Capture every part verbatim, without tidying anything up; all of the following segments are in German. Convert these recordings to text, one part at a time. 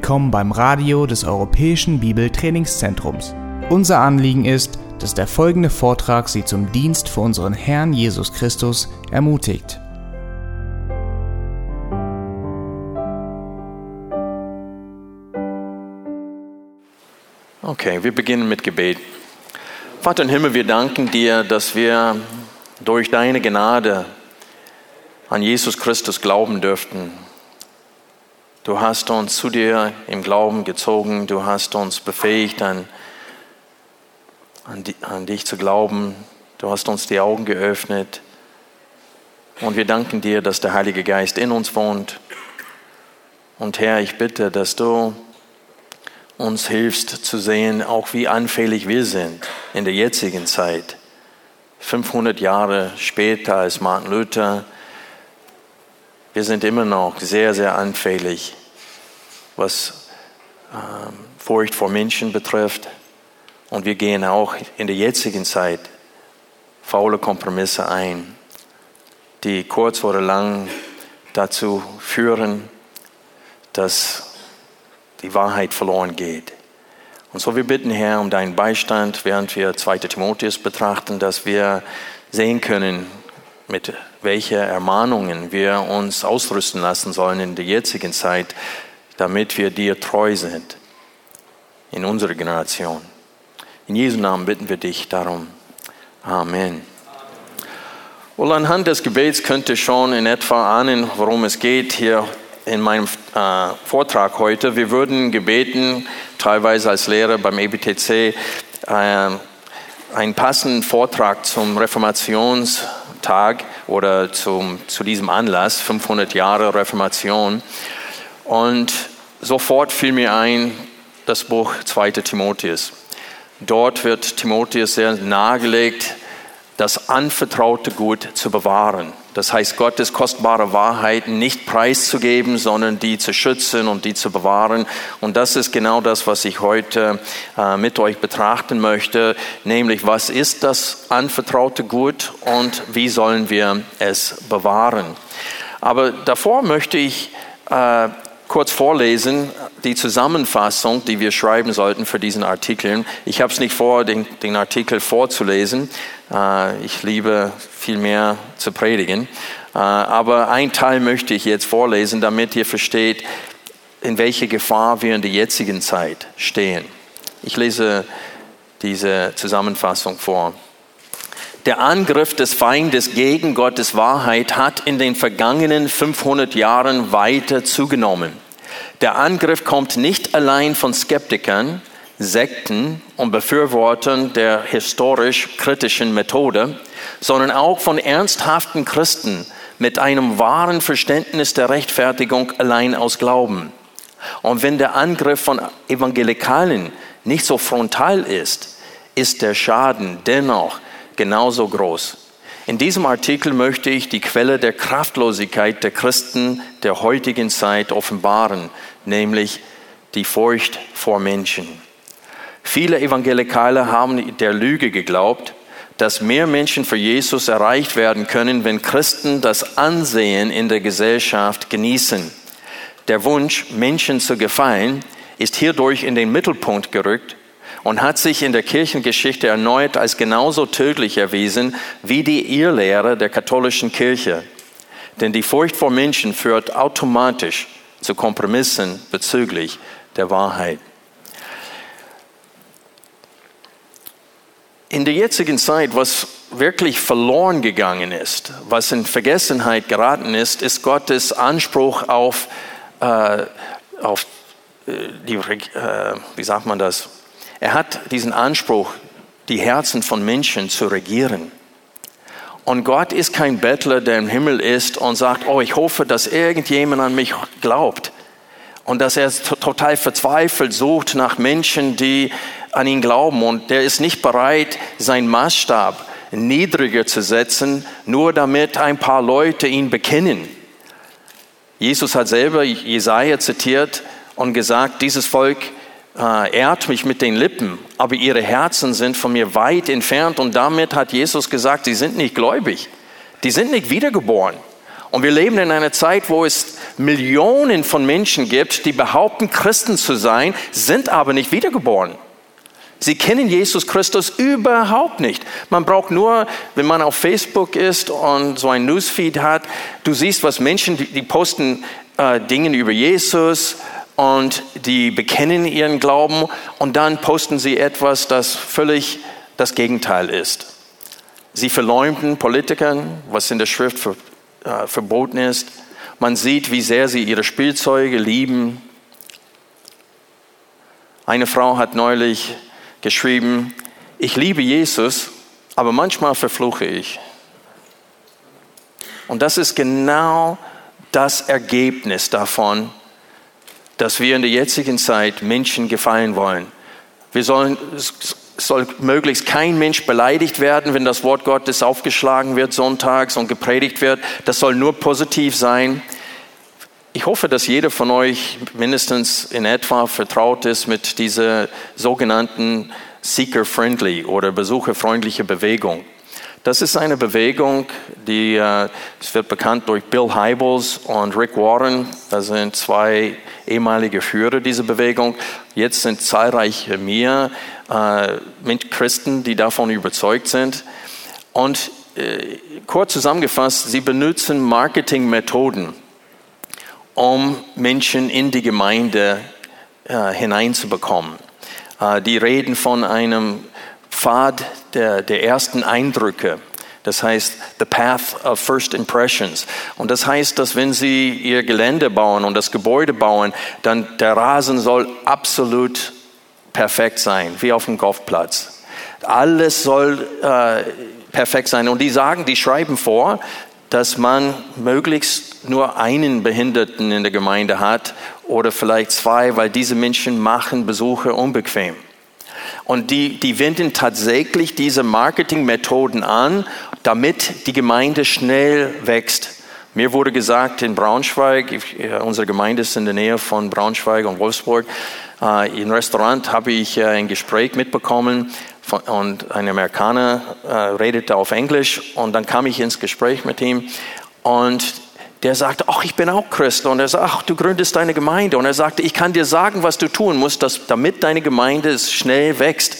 Willkommen beim Radio des Europäischen Bibeltrainingszentrums. Unser Anliegen ist, dass der folgende Vortrag Sie zum Dienst für unseren Herrn Jesus Christus ermutigt. Okay, wir beginnen mit Gebet. Vater im Himmel, wir danken dir, dass wir durch deine Gnade an Jesus Christus glauben dürften. Du hast uns zu dir im Glauben gezogen, du hast uns befähigt, an, an, die, an dich zu glauben. Du hast uns die Augen geöffnet. Und wir danken dir, dass der Heilige Geist in uns wohnt. Und Herr, ich bitte, dass du uns hilfst zu sehen, auch wie anfällig wir sind in der jetzigen Zeit. fünfhundert Jahre später als Martin Luther. Wir sind immer noch sehr, sehr anfällig, was ähm, Furcht vor Menschen betrifft. Und wir gehen auch in der jetzigen Zeit faule Kompromisse ein, die kurz oder lang dazu führen, dass die Wahrheit verloren geht. Und so wir bitten, Herr, um deinen Beistand, während wir zweiten Timotheus betrachten, dass wir sehen können, mit welchen Ermahnungen wir uns ausrüsten lassen sollen in der jetzigen Zeit, damit wir dir treu sind in unserer Generation. In Jesu Namen bitten wir dich darum. Amen. Wohl anhand des Gebets könnt ihr schon in etwa ahnen, worum es geht hier in meinem äh, Vortrag heute. Wir würden gebeten, teilweise als Lehrer beim E B T C, äh, einen passenden Vortrag zum Reformationstag oder zum, zu diesem Anlass, fünfhundert Jahre Reformation. Und sofort fiel mir ein, das Buch zweiten Timotheus. Dort wird Timotheus sehr nahegelegt, das anvertraute Gut zu bewahren. Das heißt, Gottes kostbare Wahrheiten nicht preiszugeben, sondern die zu schützen und die zu bewahren. Und das ist genau das, was ich heute äh, mit euch betrachten möchte. Nämlich, was ist das anvertraute Gut und wie sollen wir es bewahren? Aber davor möchte ich äh, kurz vorlesen, die Zusammenfassung, die wir schreiben sollten für diesen Artikel. Ich habe es nicht vor, den, den Artikel vorzulesen. Äh, ich liebe viel mehr zu predigen. Äh, aber ein Teil möchte ich jetzt vorlesen, damit ihr versteht, in welche Gefahr wir in der jetzigen Zeit stehen. Ich lese diese Zusammenfassung vor. Der Angriff des Feindes gegen Gottes Wahrheit hat in den vergangenen fünfhundert Jahren weiter zugenommen. Der Angriff kommt nicht allein von Skeptikern, Sekten und Befürwortern der historisch-kritischen Methode, sondern auch von ernsthaften Christen mit einem wahren Verständnis der Rechtfertigung allein aus Glauben. Und wenn der Angriff von Evangelikalen nicht so frontal ist, ist der Schaden dennoch genauso groß. In diesem Artikel möchte ich die Quelle der Kraftlosigkeit der Christen der heutigen Zeit offenbaren, nämlich die Furcht vor Menschen. Viele Evangelikale haben der Lüge geglaubt, dass mehr Menschen für Jesus erreicht werden können, wenn Christen das Ansehen in der Gesellschaft genießen. Der Wunsch, Menschen zu gefallen, ist hierdurch in den Mittelpunkt gerückt und hat sich in der Kirchengeschichte erneut als genauso tödlich erwiesen wie die Irrlehre der katholischen Kirche. Denn die Furcht vor Menschen führt automatisch zu Kompromissen bezüglich der Wahrheit. In der jetzigen Zeit, was wirklich verloren gegangen ist, was in Vergessenheit geraten ist, ist Gottes Anspruch auf, äh, auf äh, die, äh, wie sagt man das? Er hat diesen Anspruch, die Herzen von Menschen zu regieren. Und Gott ist kein Bettler, der im Himmel ist und sagt, oh, ich hoffe, dass irgendjemand an mich glaubt. Und dass er total verzweifelt sucht nach Menschen, die an ihn glauben. Und der ist nicht bereit, seinen Maßstab niedriger zu setzen, nur damit ein paar Leute ihn bekennen. Jesus hat selber Jesaja zitiert und gesagt, dieses Volk äh, ehrt mich mit den Lippen, aber ihre Herzen sind von mir weit entfernt. Und damit hat Jesus gesagt, sie sind nicht gläubig, die sind nicht wiedergeboren. Und wir leben in einer Zeit, wo es Millionen von Menschen gibt, die behaupten, Christen zu sein, sind aber nicht wiedergeboren. Sie kennen Jesus Christus überhaupt nicht. Man braucht nur, wenn man auf Facebook ist und so ein Newsfeed hat, du siehst, was Menschen, die, die posten äh, Dinge über Jesus und die bekennen ihren Glauben und dann posten sie etwas, das völlig das Gegenteil ist. Sie verleumden Politikern, was in der Schrift ver, äh, verboten ist. Man sieht, wie sehr sie ihre Spielzeuge lieben. Eine Frau hat neulich geschrieben, ich liebe Jesus, aber manchmal verfluche ich. Und das ist genau das Ergebnis davon, dass wir in der jetzigen Zeit Menschen gefallen wollen. Wir sollen, es soll möglichst kein Mensch beleidigt werden, wenn das Wort Gottes aufgeschlagen wird sonntags und gepredigt wird. Das soll nur positiv sein. Ich hoffe, dass jeder von euch mindestens in etwa vertraut ist mit dieser sogenannten Seeker-Friendly oder besucherfreundliche Bewegung. Das ist eine Bewegung, die äh, es wird bekannt durch Bill Hybels und Rick Warren. Das sind zwei ehemalige Führer dieser Bewegung. Jetzt sind zahlreiche mehr äh, mit Christen, die davon überzeugt sind. Und äh, kurz zusammengefasst, sie benutzen Marketingmethoden, um Menschen in die Gemeinde äh, hineinzubekommen. Äh, die reden von einem Pfad der, der ersten Eindrücke. Das heißt, the path of first impressions. Und das heißt, dass wenn sie ihr Gelände bauen und das Gebäude bauen, dann der Rasen soll absolut perfekt sein, wie auf dem Golfplatz. Alles soll äh, perfekt sein. Und die sagen, die schreiben vor, dass man möglichst nur einen Behinderten in der Gemeinde hat oder vielleicht zwei, weil diese Menschen machen Besucher unbequem. Und die, die wenden tatsächlich diese Marketingmethoden an, damit die Gemeinde schnell wächst. Mir wurde gesagt, in Braunschweig, ich, unsere Gemeinde ist in der Nähe von Braunschweig und Wolfsburg, äh, im Restaurant habe ich äh, ein Gespräch mitbekommen von, und ein Amerikaner äh, redete auf Englisch und dann kam ich ins Gespräch mit ihm und der sagte, ach, ich bin auch Christ. Und er sagte, ach, du gründest deine Gemeinde. Und er sagte, ich kann dir sagen, was du tun musst, dass, damit deine Gemeinde schnell wächst.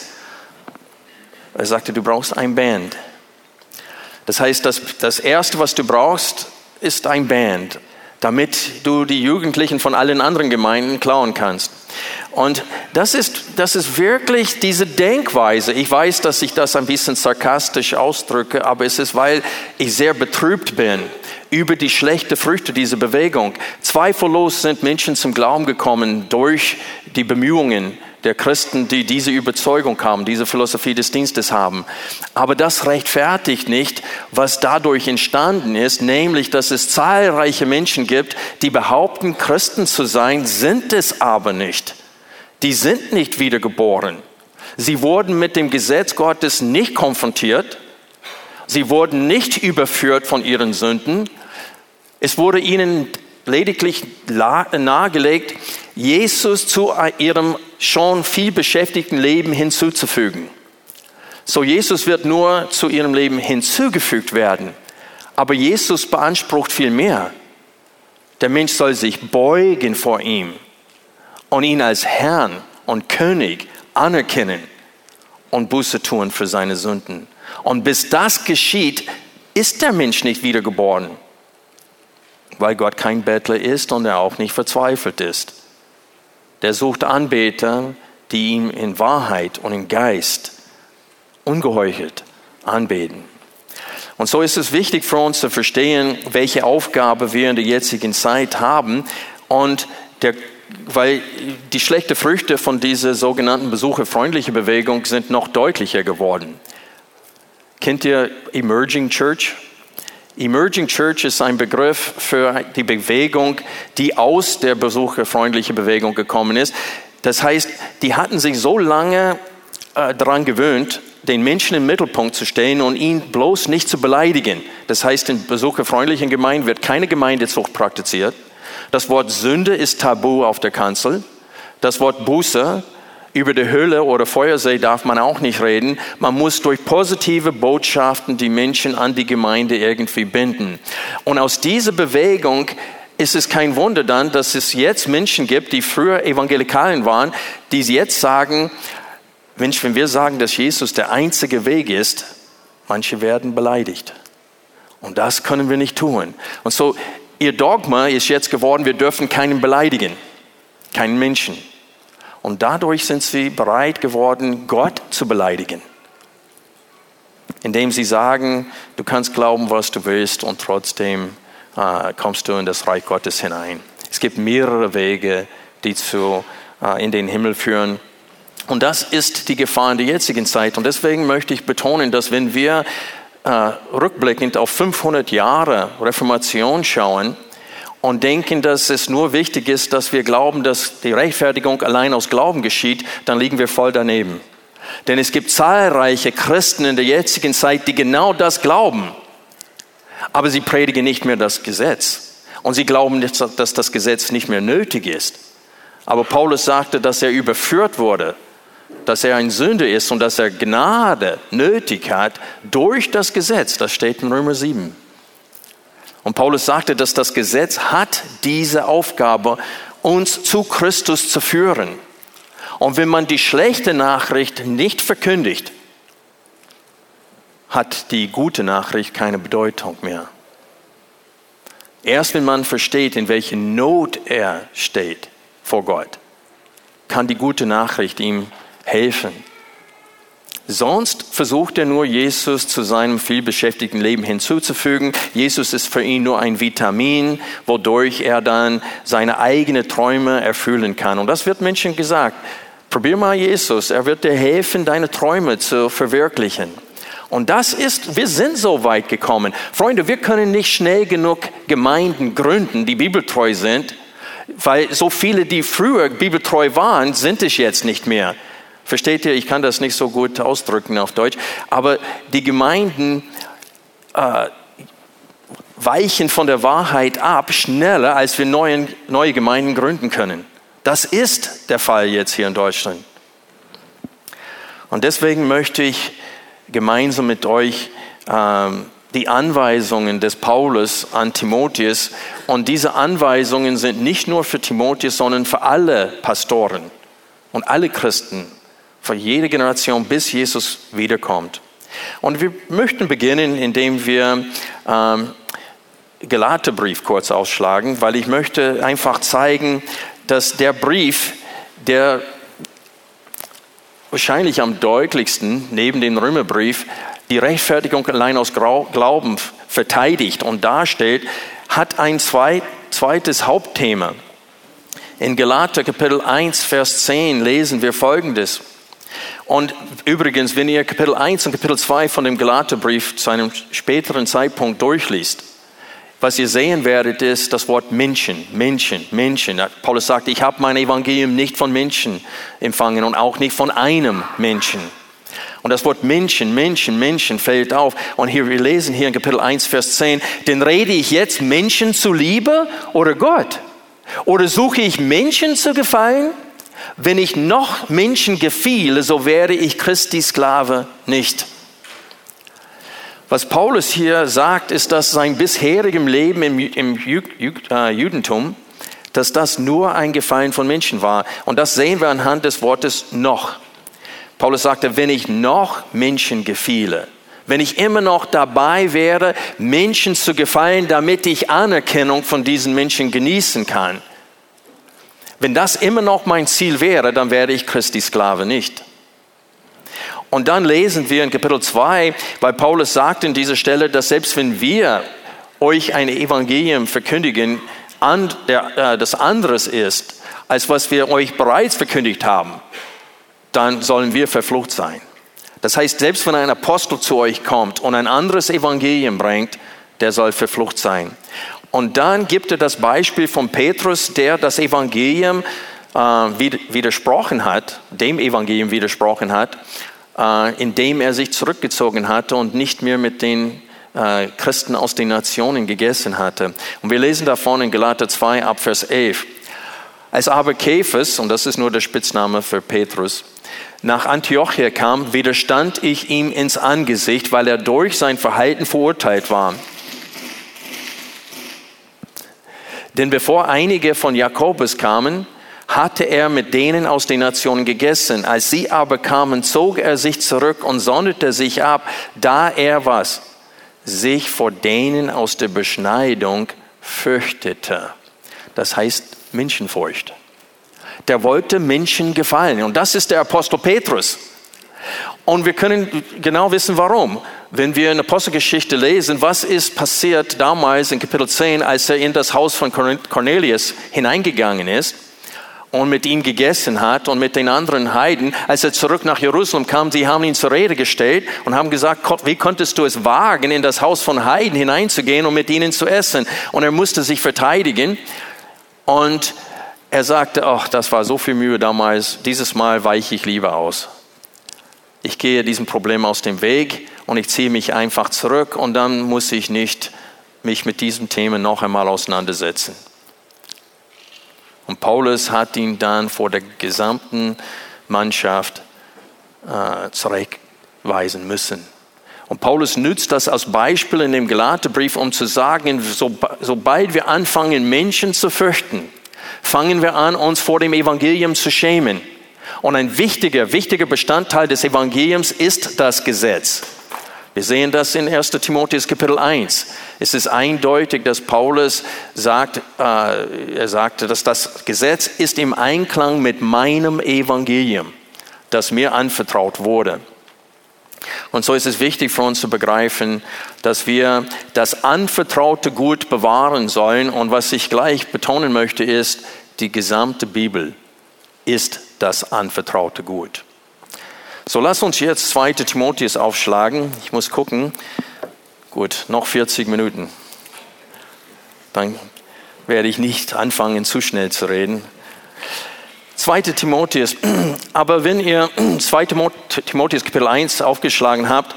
Er sagte, du brauchst ein Band. Das heißt, das, das Erste, was du brauchst, ist ein Band, damit du die Jugendlichen von allen anderen Gemeinden klauen kannst. Und das ist, das ist wirklich diese Denkweise. Ich weiß, dass ich das ein bisschen sarkastisch ausdrücke, aber es ist, weil ich sehr betrübt bin über die schlechten Früchte dieser Bewegung. Zweifellos sind Menschen zum Glauben gekommen durch die Bemühungen der Christen, die diese Überzeugung haben, diese Philosophie des Dienstes haben. Aber das rechtfertigt nicht, was dadurch entstanden ist, nämlich, dass es zahlreiche Menschen gibt, die behaupten, Christen zu sein, sind es aber nicht. Die sind nicht wiedergeboren. Sie wurden mit dem Gesetz Gottes nicht konfrontiert. Sie wurden nicht überführt von ihren Sünden. Es wurde ihnen lediglich nahegelegt, Jesus zu ihrem schon viel beschäftigten Leben hinzuzufügen. So, Jesus wird nur zu ihrem Leben hinzugefügt werden. Aber Jesus beansprucht viel mehr. Der Mensch soll sich beugen vor ihm und ihn als Herrn und König anerkennen und Buße tun für seine Sünden. Und bis das geschieht, ist der Mensch nicht wiedergeboren, weil Gott kein Bettler ist und er auch nicht verzweifelt ist. Der sucht Anbeter, die ihm in Wahrheit und im Geist ungeheuchelt anbeten. Und so ist es wichtig für uns zu verstehen, welche Aufgabe wir in der jetzigen Zeit haben. Und der, weil die schlechten Früchte von dieser sogenannten besucherfreundlichen Bewegung sind noch deutlicher geworden. Kennt ihr Emerging Church? Emerging Church ist ein Begriff für die Bewegung, die aus der besucherfreundlichen Bewegung gekommen ist. Das heißt, die hatten sich so lange äh, daran gewöhnt, den Menschen im Mittelpunkt zu stellen und ihn bloß nicht zu beleidigen. Das heißt, in besucherfreundlichen Gemeinden wird keine Gemeindezucht praktiziert. Das Wort Sünde ist tabu auf der Kanzel. Das Wort Buße Über die Hölle oder Feuersee darf man auch nicht reden. Man muss durch positive Botschaften die Menschen an die Gemeinde irgendwie binden. Und aus dieser Bewegung ist es kein Wunder dann, dass es jetzt Menschen gibt, die früher Evangelikalen waren, die jetzt sagen, Mensch, wenn wir sagen, dass Jesus der einzige Weg ist, manche werden beleidigt. Und das können wir nicht tun. Und so, ihr Dogma ist jetzt geworden, wir dürfen keinen beleidigen, keinen Menschen. Und dadurch sind sie bereit geworden, Gott zu beleidigen. Indem sie sagen, du kannst glauben, was du willst und trotzdem äh, kommst du in das Reich Gottes hinein. Es gibt mehrere Wege, die zu, äh, in den Himmel führen. Und das ist die Gefahr in der jetzigen Zeit. Und deswegen möchte ich betonen, dass wenn wir äh, rückblickend auf fünfhundert Jahre Reformation schauen, und denken, dass es nur wichtig ist, dass wir glauben, dass die Rechtfertigung allein aus Glauben geschieht, dann liegen wir voll daneben. Denn es gibt zahlreiche Christen in der jetzigen Zeit, die genau das glauben. Aber sie predigen nicht mehr das Gesetz. Und sie glauben nicht, dass das Gesetz nicht mehr nötig ist. Aber Paulus sagte, dass er überführt wurde, dass er ein Sünder ist und dass er Gnade nötig hat durch das Gesetz. Das steht in Römer sieben. Und Paulus sagte, dass das Gesetz hat diese Aufgabe, uns zu Christus zu führen. Und wenn man die schlechte Nachricht nicht verkündigt, hat die gute Nachricht keine Bedeutung mehr. Erst wenn man versteht, in welcher Not er steht vor Gott, kann die gute Nachricht ihm helfen. Sonst versucht er nur, Jesus zu seinem vielbeschäftigten Leben hinzuzufügen. Jesus ist für ihn nur ein Vitamin, wodurch er dann seine eigenen Träume erfüllen kann. Und das wird Menschen gesagt. Probier mal Jesus, er wird dir helfen, deine Träume zu verwirklichen. Und das ist, wir sind so weit gekommen. Freunde, wir können nicht schnell genug Gemeinden gründen, die bibeltreu sind, weil so viele, die früher bibeltreu waren, sind es jetzt nicht mehr. Versteht ihr? Ich kann das nicht so gut ausdrücken auf Deutsch. Aber die Gemeinden äh, weichen von der Wahrheit ab schneller, als wir neue, neue Gemeinden gründen können. Das ist der Fall jetzt hier in Deutschland. Und deswegen möchte ich gemeinsam mit euch ähm, die Anweisungen des Paulus an Timotheus, und diese Anweisungen sind nicht nur für Timotheus, sondern für alle Pastoren und alle Christen, für jede Generation, bis Jesus wiederkommt. Und wir möchten beginnen, indem wir ähm, Galaterbrief kurz ausschlagen, weil ich möchte einfach zeigen, dass der Brief, der wahrscheinlich am deutlichsten neben dem Römerbrief die Rechtfertigung allein aus Glauben verteidigt und darstellt, hat ein zweites Hauptthema. In Galater Kapitel eins, Vers zehn lesen wir Folgendes. Und übrigens, wenn ihr Kapitel eins und Kapitel zwei von dem Galaterbrief zu einem späteren Zeitpunkt durchliest, was ihr sehen werdet, ist das Wort Menschen, Menschen, Menschen. Paulus sagt, ich habe mein Evangelium nicht von Menschen empfangen und auch nicht von einem Menschen. Und das Wort Menschen, Menschen, Menschen fällt auf. Und hier, wir lesen hier in Kapitel eins, Vers zehn, denn rede ich jetzt Menschen zuliebe oder Gott? Oder suche ich Menschen zu gefallen? Wenn ich noch Menschen gefiele, so werde ich Christi Sklave nicht. Was Paulus hier sagt, ist, dass sein bisherigem Leben im, im Judentum, dass das nur ein Gefallen von Menschen war. Und das sehen wir anhand des Wortes noch. Paulus sagte, wenn ich noch Menschen gefiele, wenn ich immer noch dabei wäre, Menschen zu gefallen, damit ich Anerkennung von diesen Menschen genießen kann. Wenn das immer noch mein Ziel wäre, dann werde ich Christi Sklave nicht. Und dann lesen wir in Kapitel zwei, weil Paulus sagt in dieser Stelle, dass selbst wenn wir euch ein Evangelium verkündigen, an, der, äh, das anderes ist, als was wir euch bereits verkündigt haben, dann sollen wir verflucht sein. Das heißt, selbst wenn ein Apostel zu euch kommt und ein anderes Evangelium bringt, der soll verflucht sein. Und dann gibt er das Beispiel von Petrus, der das Evangelium äh, widersprochen hat, dem Evangelium widersprochen hat, äh, indem er sich zurückgezogen hatte und nicht mehr mit den äh, Christen aus den Nationen gegessen hatte. Und wir lesen davon in Galater zwei ab Vers elf. Als aber Kephas, und das ist nur der Spitzname für Petrus, nach Antiochia kam, widerstand ich ihm ins Angesicht, weil er durch sein Verhalten verurteilt war. Denn bevor einige von Jakobus kamen, hatte er mit denen aus den Nationen gegessen. Als sie aber kamen, zog er sich zurück und sonderte sich ab, da er was? Sich vor denen aus der Beschneidung fürchtete. Das heißt Menschenfurcht. Der wollte Menschen gefallen. Und das ist der Apostel Petrus. Und wir können genau wissen, warum. Wenn wir in der Apostelgeschichte lesen, was ist passiert damals in Kapitel zehn, als er in das Haus von Cornelius hineingegangen ist und mit ihm gegessen hat und mit den anderen Heiden. Als er zurück nach Jerusalem kam, sie haben ihn zur Rede gestellt und haben gesagt, Gott, wie konntest du es wagen, in das Haus von Heiden hineinzugehen und mit ihnen zu essen? Und er musste sich verteidigen. Und er sagte, ach, das war so viel Mühe damals, dieses Mal weiche ich lieber aus. Ich gehe diesem Problem aus dem Weg und ich ziehe mich einfach zurück und dann muss ich nicht mich mit diesem Thema noch einmal auseinandersetzen. Und Paulus hat ihn dann vor der gesamten Mannschaft äh, zurückweisen müssen. Und Paulus nützt das als Beispiel in dem Galaterbrief, um zu sagen, so, sobald wir anfangen, Menschen zu fürchten, fangen wir an, uns vor dem Evangelium zu schämen. Und ein wichtiger, wichtiger Bestandteil des Evangeliums ist das Gesetz. Wir sehen das in erster Timotheus Kapitel eins. Es ist eindeutig, dass Paulus sagt, äh, er sagte, dass das Gesetz ist im Einklang mit meinem Evangelium, das mir anvertraut wurde. Und so ist es wichtig für uns zu begreifen, dass wir das anvertraute Gut bewahren sollen. Und was ich gleich betonen möchte, ist, die gesamte Bibel ist das anvertraute Gut. So, lass uns jetzt zweiter Timotheus aufschlagen. Ich muss gucken. Gut, noch vierzig Minuten. Dann werde ich nicht anfangen, zu schnell zu reden. zweiter Timotheus. Aber wenn ihr zweiter Timotheus Kapitel eins aufgeschlagen habt,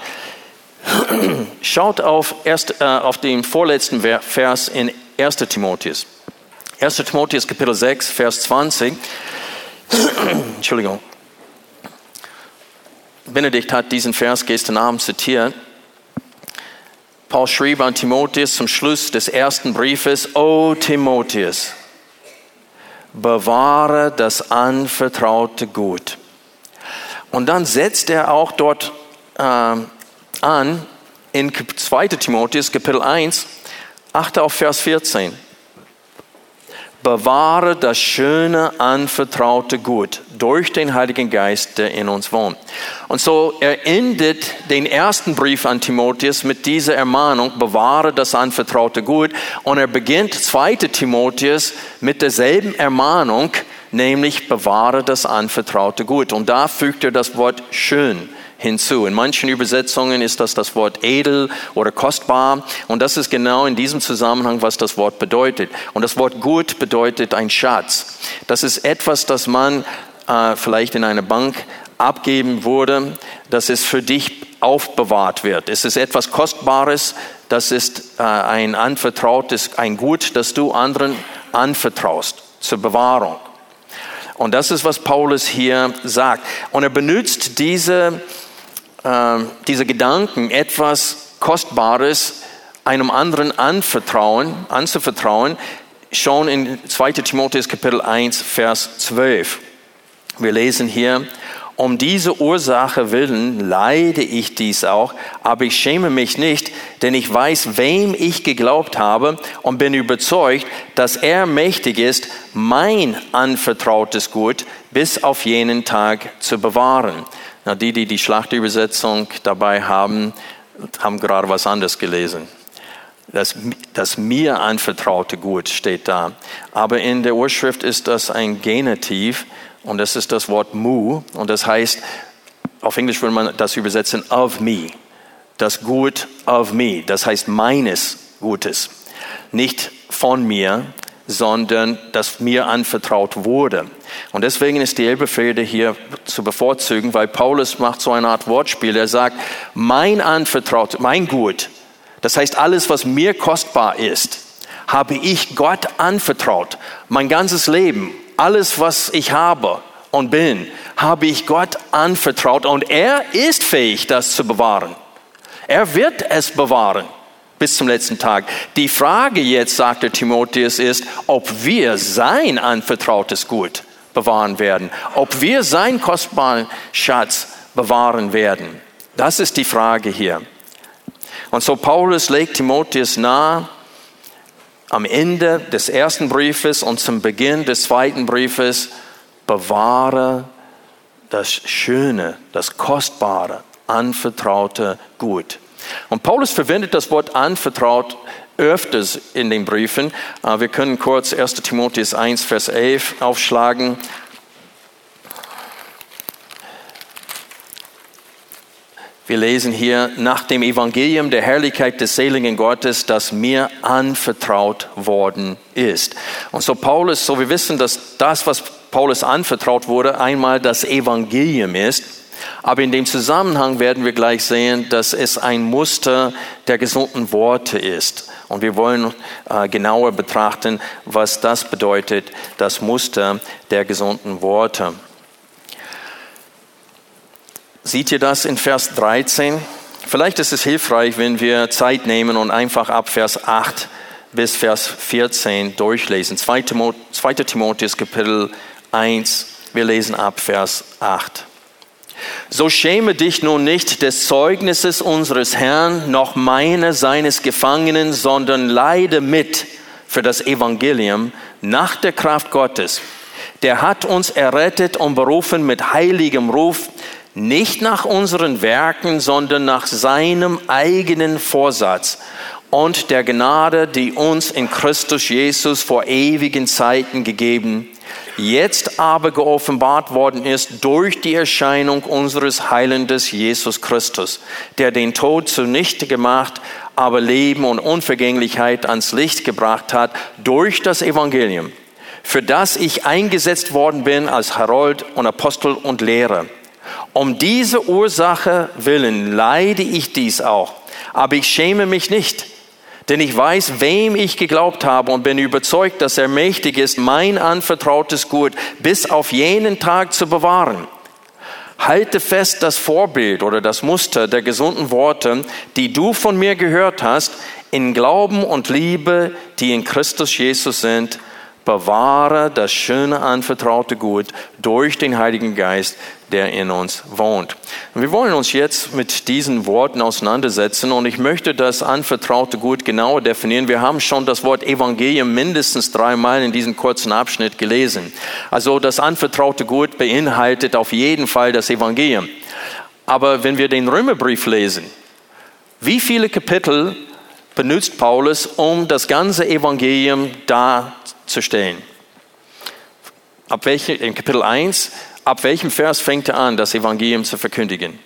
schaut auf, erst, äh, auf den vorletzten Vers in erster Timotheus. erster Timotheus Kapitel sechs, Vers zwanzig. Entschuldigung. Benedikt hat diesen Vers gestern Abend zitiert. Paul schrieb an Timotheus zum Schluss des ersten Briefes, O Timotheus, bewahre das anvertraute Gut. Und dann setzt er auch dort äh, an, in zweiter Timotheus Kapitel eins, achte auf Vers vierzehn. Bewahre das schöne, anvertraute Gut durch den Heiligen Geist, der in uns wohnt. Und so er endet den ersten Brief an Timotheus mit dieser Ermahnung, bewahre das anvertraute Gut. Und er beginnt zweiter Timotheus mit derselben Ermahnung, nämlich bewahre das anvertraute Gut. Und da fügt er das Wort schön hinzu. In manchen Übersetzungen ist das das Wort edel oder kostbar. Und das ist genau in diesem Zusammenhang, was das Wort bedeutet. Und das Wort gut bedeutet ein Schatz. Das ist etwas, das man äh, vielleicht in einer Bank abgeben würde, dass es für dich aufbewahrt wird. Es ist etwas Kostbares, das ist äh, ein anvertrautes, ein Gut, das du anderen anvertraust zur Bewahrung. Und das ist, was Paulus hier sagt. Und er benutzt diese diese Gedanken, etwas Kostbares einem anderen anvertrauen, anzuvertrauen, schon in zweiter Timotheus Kapitel eins, Vers zwölf. Wir lesen hier, um diese Ursache willen leide ich dies auch, aber ich schäme mich nicht, denn ich weiß, wem ich geglaubt habe und bin überzeugt, dass er mächtig ist, mein anvertrautes Gut bis auf jenen Tag zu bewahren. Na, die, die die Schlachtübersetzung dabei haben, haben gerade was anderes gelesen. Das, das mir anvertraute Gut steht da. Aber in der Urschrift ist das ein Genitiv und das ist das Wort mu. Und das heißt, auf Englisch würde man das übersetzen, of me. Das Gut of me, das heißt meines Gutes. Nicht von mir, sondern das mir anvertraut wurde. Und deswegen ist die Elberfelder hier zu bevorzugen, weil Paulus macht so eine Art Wortspiel. Er sagt, mein anvertraut, mein Gut, das heißt alles, was mir kostbar ist, habe ich Gott anvertraut. Mein ganzes Leben, alles, was ich habe und bin, habe ich Gott anvertraut und er ist fähig, das zu bewahren. Er wird es bewahren bis zum letzten Tag. Die Frage jetzt, sagte Timotheus, ist, ob wir sein anvertrautes Gut bewahren werden, ob wir seinen kostbaren Schatz bewahren werden. Das ist die Frage hier. Und so Paulus legt Timotheus nahe, am Ende des ersten Briefes und zum Beginn des zweiten Briefes, bewahre das Schöne, das Kostbare, anvertraute Gut. Und Paulus verwendet das Wort anvertraut öfters in den Briefen. Wir können kurz erster Timotheus eins, Vers elf aufschlagen. Wir lesen hier, nach dem Evangelium der Herrlichkeit des seligen Gottes, das mir anvertraut worden ist. Und so Paulus, so wir wissen, dass das, was Paulus anvertraut wurde, einmal das Evangelium ist. Aber in dem Zusammenhang werden wir gleich sehen, dass es ein Muster der gesunden Worte ist. Und wir wollen äh, genauer betrachten, was das bedeutet, das Muster der gesunden Worte. Seht ihr das in Vers dreizehn? Vielleicht ist es hilfreich, wenn wir Zeit nehmen und einfach ab Vers acht bis Vers vierzehn durchlesen. zweiter Timotheus Kapitel eins, wir lesen ab Vers acht. So schäme dich nun nicht des Zeugnisses unseres Herrn, noch meine seines Gefangenen, sondern leide mit für das Evangelium nach der Kraft Gottes. Der hat uns errettet und berufen mit heiligem Ruf, nicht nach unseren Werken, sondern nach seinem eigenen Vorsatz und der Gnade, die uns in Christus Jesus vor ewigen Zeiten gegeben, jetzt aber geoffenbart worden ist durch die Erscheinung unseres Heilandes Jesus Christus, der den Tod zunichte gemacht, aber Leben und Unvergänglichkeit ans Licht gebracht hat durch das Evangelium, für das ich eingesetzt worden bin als Herold und Apostel und Lehrer. Um diese Ursache willen leide ich dies auch, aber ich schäme mich nicht, denn ich weiß, wem ich geglaubt habe und bin überzeugt, dass er mächtig ist, mein anvertrautes Gut bis auf jenen Tag zu bewahren. Halte fest das Vorbild oder das Muster der gesunden Worte, die du von mir gehört hast, in Glauben und Liebe, die in Christus Jesus sind. Bewahre das schöne anvertraute Gut durch den Heiligen Geist, der in uns wohnt. Und wir wollen uns jetzt mit diesen Worten auseinandersetzen und ich möchte das anvertraute Gut genauer definieren. Wir haben schon das Wort Evangelium mindestens dreimal in diesem kurzen Abschnitt gelesen. Also das anvertraute Gut beinhaltet auf jeden Fall das Evangelium. Aber wenn wir den Römerbrief lesen, wie viele Kapitel benutzt Paulus, um das ganze Evangelium darzustellen? Ab welchem, in Kapitel eins, ab welchem Vers fängt er an, das Evangelium zu verkündigen?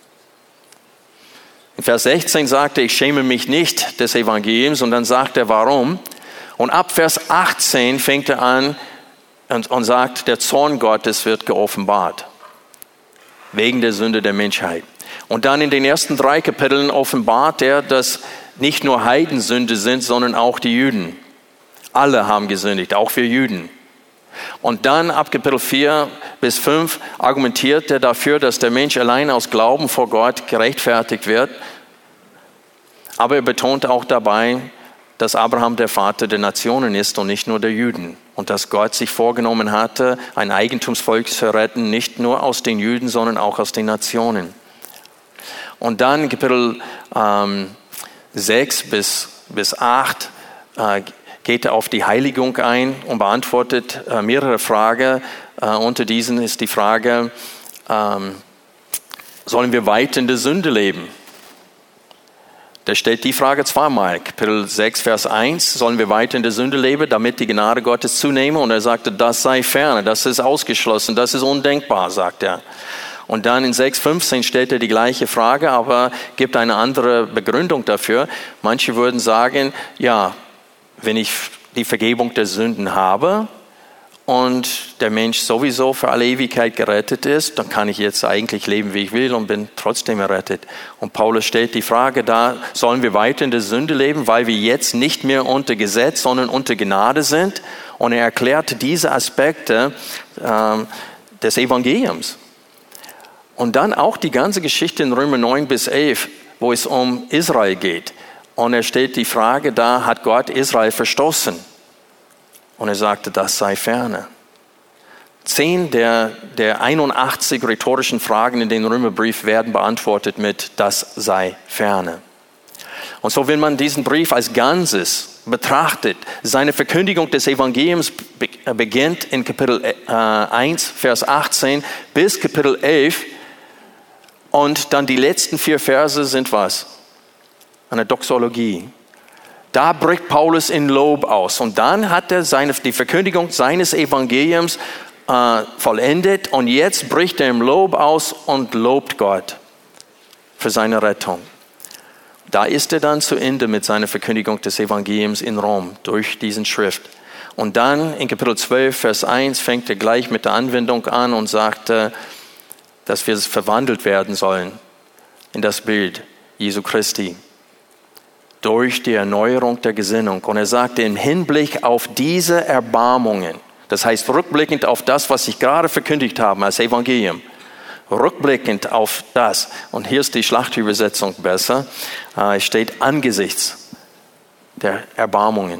In Vers sechzehn sagt er, ich schäme mich nicht des Evangeliums, und dann sagt er, warum. Und ab Vers achtzehn fängt er an und, und sagt, der Zorn Gottes wird geoffenbart, wegen der Sünde der Menschheit. Und dann in den ersten drei Kapiteln offenbart er, dass nicht nur Heidensünde sind, sondern auch die Juden. Alle haben gesündigt, auch wir Juden. Und dann ab Kapitel vier bis fünf argumentiert er dafür, dass der Mensch allein aus Glauben vor Gott gerechtfertigt wird. Aber er betont auch dabei, dass Abraham der Vater der Nationen ist und nicht nur der Juden. Und dass Gott sich vorgenommen hatte, ein Eigentumsvolk zu retten, nicht nur aus den Juden, sondern auch aus den Nationen. Und dann Kapitel ähm, sechs bis, bis acht äh, geht er auf die Heiligung ein und beantwortet äh, mehrere Fragen. Äh, unter diesen ist die Frage, ähm, sollen wir weiter in der Sünde leben? Da stellt die Frage zweimal. Kapitel sechs, Vers eins, sollen wir weiter in der Sünde leben, damit die Gnade Gottes zunehme? Und er sagte, das sei ferne, das ist ausgeschlossen, das ist undenkbar, sagt er. Und dann in sechs, fünfzehn stellt er die gleiche Frage, aber gibt eine andere Begründung dafür. Manche würden sagen, ja, wenn ich die Vergebung der Sünden habe und der Mensch sowieso für alle Ewigkeit gerettet ist, dann kann ich jetzt eigentlich leben, wie ich will und bin trotzdem errettet. Und Paulus stellt die Frage da, sollen wir weiter in der Sünde leben, weil wir jetzt nicht mehr unter Gesetz, sondern unter Gnade sind? Und er erklärte diese Aspekte äh, des Evangeliums. Und dann auch die ganze Geschichte in Römer neun bis elf, wo es um Israel geht. Und er stellt die Frage da, hat Gott Israel verstoßen? Und er sagte, das sei ferne. Zehn der, der einundachtzig rhetorischen Fragen in den Römerbrief werden beantwortet mit, das sei ferne. Und so, wenn man diesen Brief als Ganzes betrachtet, seine Verkündigung des Evangeliums beginnt in Kapitel eins, Vers achtzehn bis Kapitel elf und dann die letzten vier Verse sind was? Eine Doxologie. Da bricht Paulus in Lob aus und dann hat er seine, die Verkündigung seines Evangeliums äh, vollendet und jetzt bricht er im Lob aus und lobt Gott für seine Rettung. Da ist er dann zu Ende mit seiner Verkündigung des Evangeliums in Rom durch diesen Schrift. Und dann in Kapitel zwölf, Vers eins fängt er gleich mit der Anwendung an und sagt, dass wir verwandelt werden sollen in das Bild Jesu Christi durch die Erneuerung der Gesinnung. Und er sagte im Hinblick auf diese Erbarmungen, das heißt rückblickend auf das, was ich gerade verkündigt habe als Evangelium, rückblickend auf das, und hier ist die Schlachtübersetzung besser, es steht angesichts der Erbarmungen.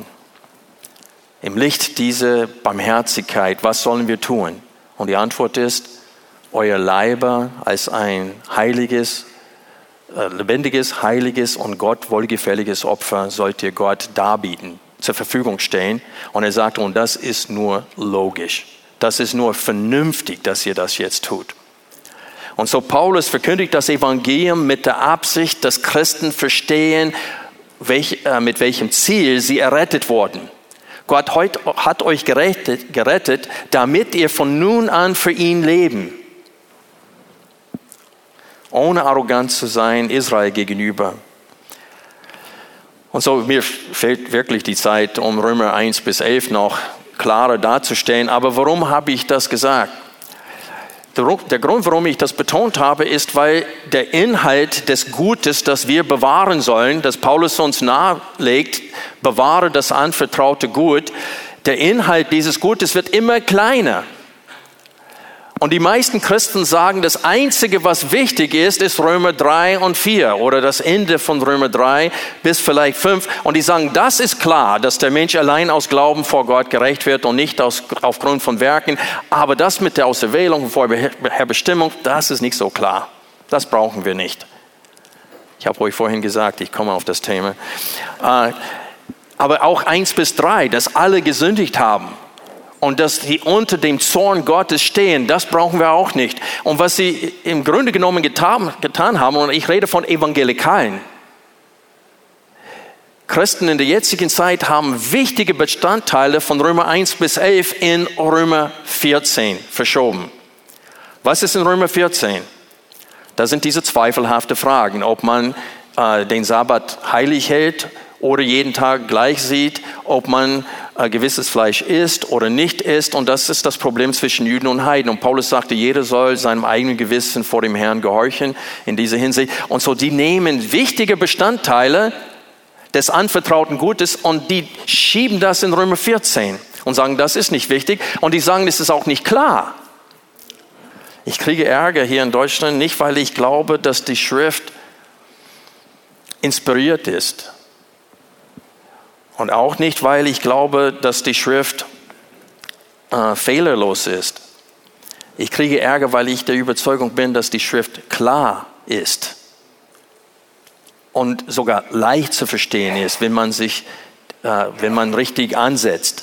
Im Licht dieser Barmherzigkeit, was sollen wir tun? Und die Antwort ist, euer Leiber als ein heiliges, äh, lebendiges, heiliges und Gott wohlgefälliges Opfer sollt ihr Gott darbieten, zur Verfügung stellen. Und er sagt, und das ist nur logisch. Das ist nur vernünftig, dass ihr das jetzt tut. Und so Paulus verkündigt das Evangelium mit der Absicht, dass Christen verstehen, welch, äh, mit welchem Ziel sie errettet wurden. Gott hat euch gerettet, gerettet, damit ihr von nun an für ihn leben. Ohne arrogant zu sein Israel gegenüber. Und so mir fehlt wirklich die Zeit, um Römer eins bis elf noch klarer darzustellen. Aber warum habe ich das gesagt? Der Grund, warum ich das betont habe, ist, weil der Inhalt des Gutes, das wir bewahren sollen, das Paulus uns nahelegt, bewahre das anvertraute Gut, der Inhalt dieses Gutes wird immer kleiner. Und die meisten Christen sagen, das Einzige, was wichtig ist, ist Römer drei und vier oder das Ende von Römer drei bis vielleicht fünf. Und die sagen, das ist klar, dass der Mensch allein aus Glauben vor Gott gerecht wird und nicht aus, aufgrund von Werken. Aber das mit der Auserwählung und Vorherbestimmung, das ist nicht so klar. Das brauchen wir nicht. Ich habe euch vorhin gesagt, ich komme auf das Thema. Aber auch eins bis drei, dass alle gesündigt haben. Und dass die unter dem Zorn Gottes stehen, das brauchen wir auch nicht. Und was sie im Grunde genommen getan, getan haben, und ich rede von Evangelikalen. Christen in der jetzigen Zeit haben wichtige Bestandteile von Römer eins bis elf in Römer vierzehn verschoben. Was ist in Römer vierzehn? Da sind diese zweifelhafte Fragen, ob man äh, den Sabbat heilig hält oder jeden Tag gleich sieht, ob man äh, gewisses Fleisch isst oder nicht isst. Und das ist das Problem zwischen Juden und Heiden. Und Paulus sagte, jeder soll seinem eigenen Gewissen vor dem Herrn gehorchen in dieser Hinsicht. Und so, die nehmen wichtige Bestandteile des anvertrauten Gutes und die schieben das in Römer vierzehn und sagen, das ist nicht wichtig. Und die sagen, das ist auch nicht klar. Ich kriege Ärger hier in Deutschland, nicht weil ich glaube, dass die Schrift inspiriert ist. Und auch nicht, weil ich glaube, dass die Schrift äh, fehlerlos ist. Ich kriege Ärger, weil ich der Überzeugung bin, dass die Schrift klar ist und sogar leicht zu verstehen ist, wenn man sich, äh, wenn man richtig ansetzt.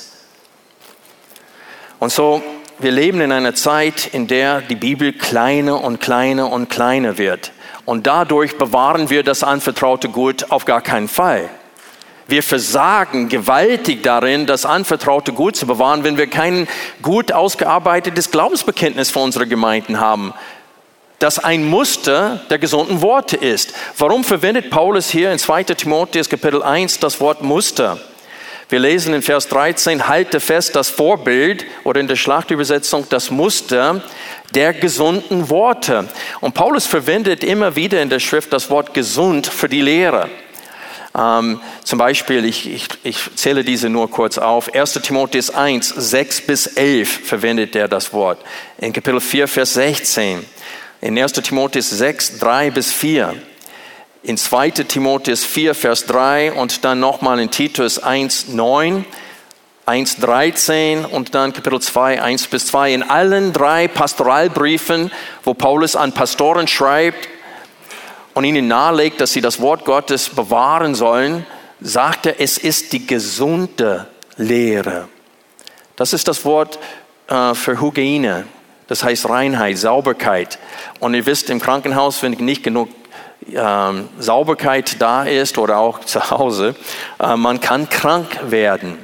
Und so, wir leben in einer Zeit, in der die Bibel kleiner und kleiner und kleiner wird. Und dadurch bewahren wir das anvertraute Gut auf gar keinen Fall. Wir versagen gewaltig darin, das anvertraute Gut zu bewahren, wenn wir kein gut ausgearbeitetes Glaubensbekenntnis für unsere Gemeinden haben, das ein Muster der gesunden Worte ist. Warum verwendet Paulus hier in zweiter Timotheus Kapitel eins das Wort Muster? Wir lesen in Vers dreizehn, halte fest das Vorbild oder in der Schlachtübersetzung das Muster der gesunden Worte. Und Paulus verwendet immer wieder in der Schrift das Wort gesund für die Lehre. Ähm, zum Beispiel, ich, ich, ich zähle diese nur kurz auf. erster Timotheus eins, sechs bis elf verwendet er das Wort. In Kapitel vier, Vers sechzehn. In erster Timotheus sechs, drei bis vier. In zweiter Timotheus vier, Vers drei und dann nochmal in Titus eins, neun. eins, dreizehn und dann Kapitel zwei, eins bis zwei. In allen drei Pastoralbriefen, wo Paulus an Pastoren schreibt und ihnen nahelegt, dass sie das Wort Gottes bewahren sollen, sagt er, es ist die gesunde Lehre. Das ist das Wort äh, für Hygiene, das heißt Reinheit, Sauberkeit. Und ihr wisst, im Krankenhaus, wenn nicht genug ähm, Sauberkeit da ist oder auch zu Hause, äh, man kann krank werden.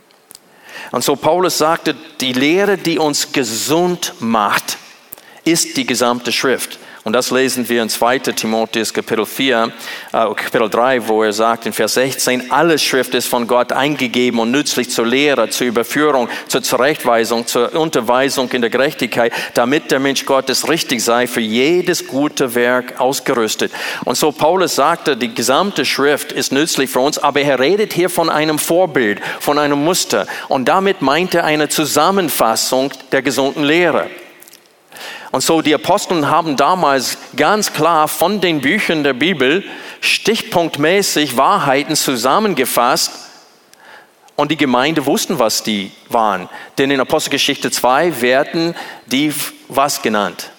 Und so Paulus sagte, die Lehre, die uns gesund macht, ist die gesamte Schrift. Und das lesen wir in zweiter Timotheus Kapitel vier, äh, Kapitel drei, wo er sagt in Vers sechzehn, alle Schrift ist von Gott eingegeben und nützlich zur Lehre, zur Überführung, zur Zurechtweisung, zur Unterweisung in der Gerechtigkeit, damit der Mensch Gottes richtig sei, für jedes gute Werk ausgerüstet. Und so Paulus sagte, die gesamte Schrift ist nützlich für uns, aber er redet hier von einem Vorbild, von einem Muster. Und damit meint er eine Zusammenfassung der gesunden Lehre. Und so die Apostel haben damals ganz klar von den Büchern der Bibel stichpunktmäßig Wahrheiten zusammengefasst und die Gemeinde wussten, was die waren. Denn in Apostelgeschichte zwei werden die was genannt?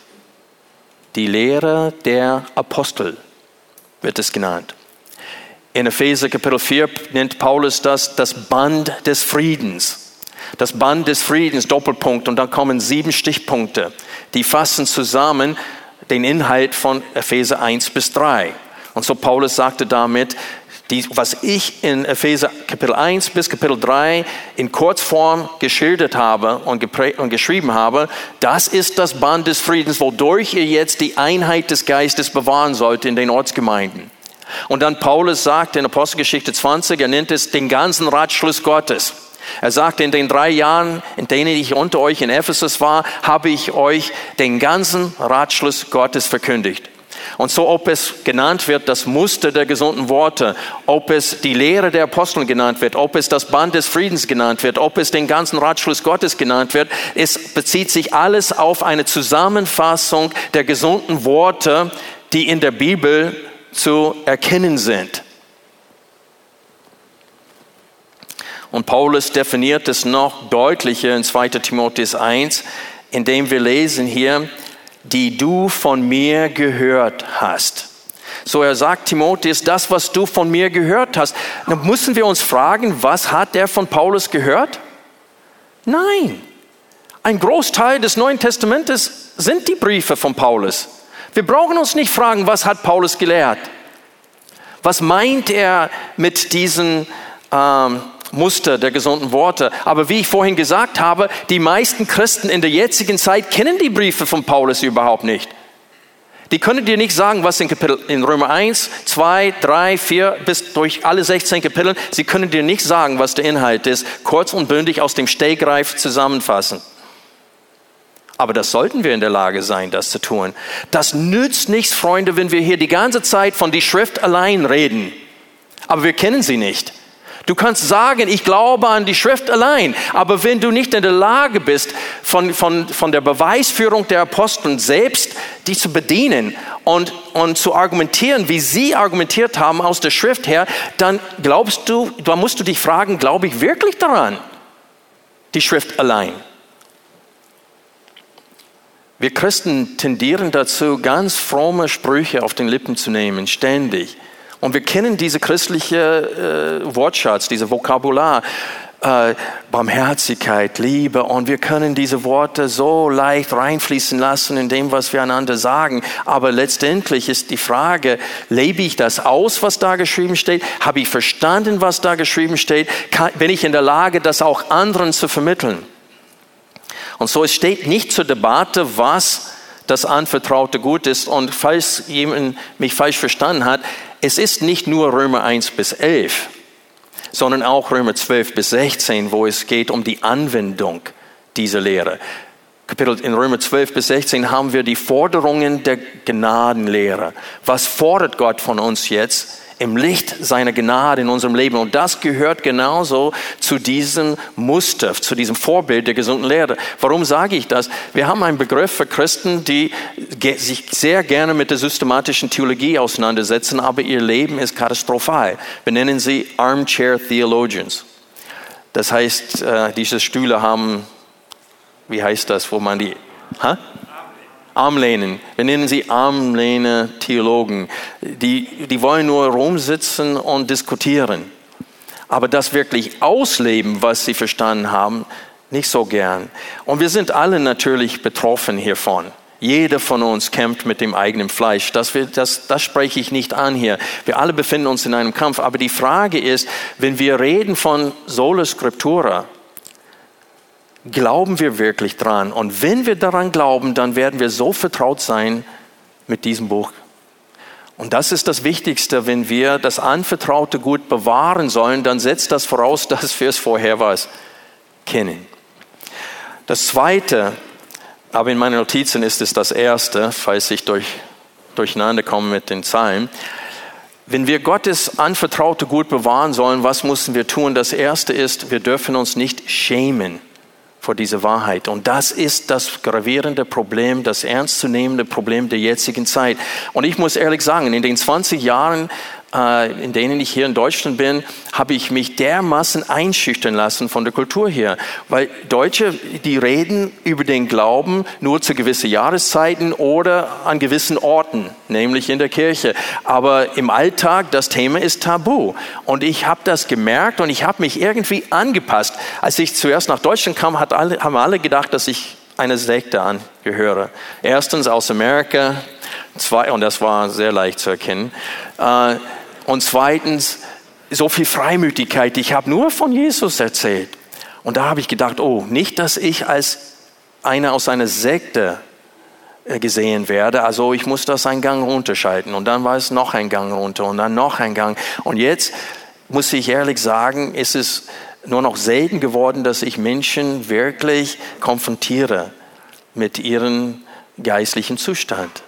Die Lehre der Apostel wird es genannt. In Epheser Kapitel vier nennt Paulus das das Band des Friedens. Das Band des Friedens, Doppelpunkt, und dann kommen sieben Stichpunkte. Die fassen zusammen den Inhalt von Epheser eins bis drei. Und so Paulus sagte damit, die, was ich in Epheser Kapitel eins bis Kapitel drei in Kurzform geschildert habe und, geprä- und geschrieben habe, das ist das Band des Friedens, wodurch ihr jetzt die Einheit des Geistes bewahren sollt in den Ortsgemeinden. Und dann Paulus sagt in Apostelgeschichte zwanzig, er nennt es den ganzen Ratschluss Gottes. Er sagte, in den drei Jahren, in denen ich unter euch in Ephesus war, habe ich euch den ganzen Ratschluss Gottes verkündigt. Und so, ob es genannt wird, das Muster der gesunden Worte, ob es die Lehre der Apostel genannt wird, ob es das Band des Friedens genannt wird, ob es den ganzen Ratschluss Gottes genannt wird, es bezieht sich alles auf eine Zusammenfassung der gesunden Worte, die in der Bibel zu erkennen sind. Und Paulus definiert es noch deutlicher in zweiter Timotheus eins, indem wir lesen hier, die du von mir gehört hast. So er sagt Timotheus, das, was du von mir gehört hast. Dann müssen wir uns fragen, was hat er von Paulus gehört? Nein. Ein Großteil des Neuen Testamentes sind die Briefe von Paulus. Wir brauchen uns nicht fragen, was hat Paulus gelehrt? Was meint er mit diesen ähm, Muster der gesunden Worte? Aber wie ich vorhin gesagt habe, die meisten Christen in der jetzigen Zeit kennen die Briefe von Paulus überhaupt nicht. Die können dir nicht sagen, was in, Kapitel, in Römer eins, zwei, drei, vier bis durch alle sechzehn Kapitel, sie können dir nicht sagen, was der Inhalt ist, kurz und bündig aus dem Stegreif zusammenfassen. Aber das sollten wir in der Lage sein, das zu tun. Das nützt nichts, Freunde, wenn wir hier die ganze Zeit von die Schrift allein reden. Aber wir kennen sie nicht. Du kannst sagen, ich glaube an die Schrift allein. Aber wenn du nicht in der Lage bist, von, von, von der Beweisführung der Apostel selbst die zu bedienen und, und zu argumentieren, wie sie argumentiert haben aus der Schrift her, dann glaubst du, dann musst du dich fragen, glaube ich wirklich daran? Die Schrift allein. Wir Christen tendieren dazu, ganz fromme Sprüche auf den Lippen zu nehmen, ständig. Und wir kennen diese christliche äh, Wortschatz, diese Vokabular, äh, Barmherzigkeit, Liebe. Und wir können diese Worte so leicht reinfließen lassen in dem, was wir einander sagen. Aber letztendlich ist die Frage, lebe ich das aus, was da geschrieben steht? Habe ich verstanden, was da geschrieben steht? Kann, bin ich in der Lage, das auch anderen zu vermitteln? Und so, es steht nicht zur Debatte, was das anvertraute Gut ist. Und falls jemand mich falsch verstanden hat, es ist nicht nur Römer eins bis elf, sondern auch Römer zwölf bis sechzehn, wo es geht um die Anwendung dieser Lehre. Kapitel in Römer zwölf bis sechzehn haben wir die Forderungen der Gnadenlehre. Was fordert Gott von uns jetzt im Licht seiner Gnade in unserem Leben. Und das gehört genauso zu diesem Muster, zu diesem Vorbild der gesunden Lehre. Warum sage ich das? Wir haben einen Begriff für Christen, die sich sehr gerne mit der systematischen Theologie auseinandersetzen, aber ihr Leben ist katastrophal. Wir nennen sie Armchair Theologians. Das heißt, diese Stühle haben, wie heißt das, wo man die... Hä? Armlehnen. Wir nennen sie Armlehne-Theologen. Die, die wollen nur rumsitzen und diskutieren. Aber das wirklich ausleben, was sie verstanden haben, nicht so gern. Und wir sind alle natürlich betroffen hiervon. Jeder von uns kämpft mit dem eigenen Fleisch. Das, wir, das, das spreche ich nicht an hier. Wir alle befinden uns in einem Kampf. Aber die Frage ist, wenn wir reden von Sola Scriptura, glauben wir wirklich dran? Und wenn wir daran glauben, dann werden wir so vertraut sein mit diesem Buch. Und das ist das Wichtigste, wenn wir das anvertraute Gut bewahren sollen, dann setzt das voraus, dass wir es vorher was kennen. Das Zweite, aber in meinen Notizen ist es das Erste, falls ich durch, durcheinander komme mit den Zahlen. Wenn wir Gottes anvertraute Gut bewahren sollen, was müssen wir tun? Das Erste ist, wir dürfen uns nicht schämen vor dieser Wahrheit. Und das ist das gravierende Problem, das ernstzunehmende Problem der jetzigen Zeit. Und ich muss ehrlich sagen, in den zwanzig Jahren, äh, in denen ich hier in Deutschland bin, habe ich mich dermaßen einschüchtern lassen von der Kultur hier. Weil Deutsche, die reden über den Glauben nur zu gewissen Jahreszeiten oder an gewissen Orten, nämlich in der Kirche. Aber im Alltag, das Thema ist tabu. Und ich habe das gemerkt und ich habe mich irgendwie angepasst. Als ich zuerst nach Deutschland kam, hat alle, haben alle gedacht, dass ich einer Sekte angehöre. Erstens aus Amerika, zwei, und das war sehr leicht zu erkennen. Äh, und zweitens, so viel Freimütigkeit. Ich habe nur von Jesus erzählt. Und da habe ich gedacht, oh, nicht, dass ich als einer aus einer Sekte gesehen werde. Also ich muss das einen Gang runterschalten. Und dann war es noch ein Gang runter und dann noch ein Gang. Und jetzt muss ich ehrlich sagen, ist es nur noch selten geworden, dass ich Menschen wirklich konfrontiere mit ihrem geistlichen Zustand.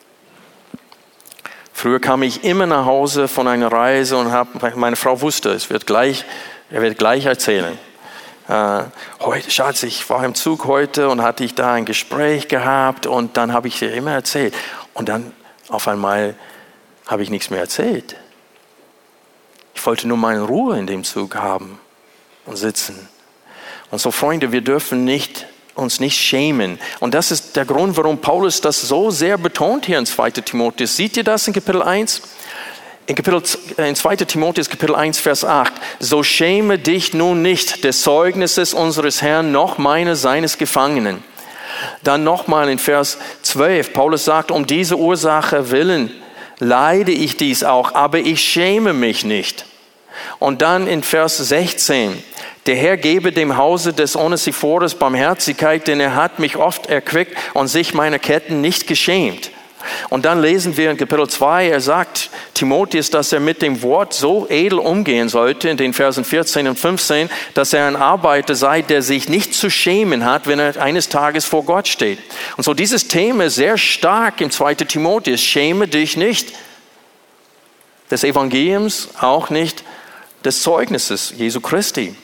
Früher kam ich immer nach Hause von einer Reise und hab, meine Frau wusste, es wird gleich, er wird gleich erzählen. Äh, heute, Schatz, ich war im Zug heute und hatte ich da ein Gespräch gehabt und dann habe ich dir immer erzählt. Und dann auf einmal habe ich nichts mehr erzählt. Ich wollte nur meine Ruhe in dem Zug haben und sitzen. Und so, Freunde, wir dürfen nicht, uns nicht schämen. Und das ist der Grund, warum Paulus das so sehr betont hier in zweiter Timotheus. Seht ihr das in Kapitel eins? In, Kapitel, in zweiter Timotheus Kapitel eins, Vers acht. So schäme dich nun nicht des Zeugnisses unseres Herrn, noch meines seines Gefangenen. Dann nochmal in Vers zwölf. Paulus sagt, um diese Ursache willen leide ich dies auch, aber ich schäme mich nicht. Und dann in Vers sechzehn. Der Herr gebe dem Hause des Onesiphorus Barmherzigkeit, denn er hat mich oft erquickt und sich meiner Ketten nicht geschämt. Und dann lesen wir in Kapitel zwei, er sagt Timotheus, dass er mit dem Wort so edel umgehen sollte, in den Versen vierzehn und fünfzehn, dass er ein Arbeiter sei, der sich nicht zu schämen hat, wenn er eines Tages vor Gott steht. Und so dieses Thema ist sehr stark im zweiten Timotheus. Schäme dich nicht des Evangeliums, auch nicht des Zeugnisses Jesu Christi.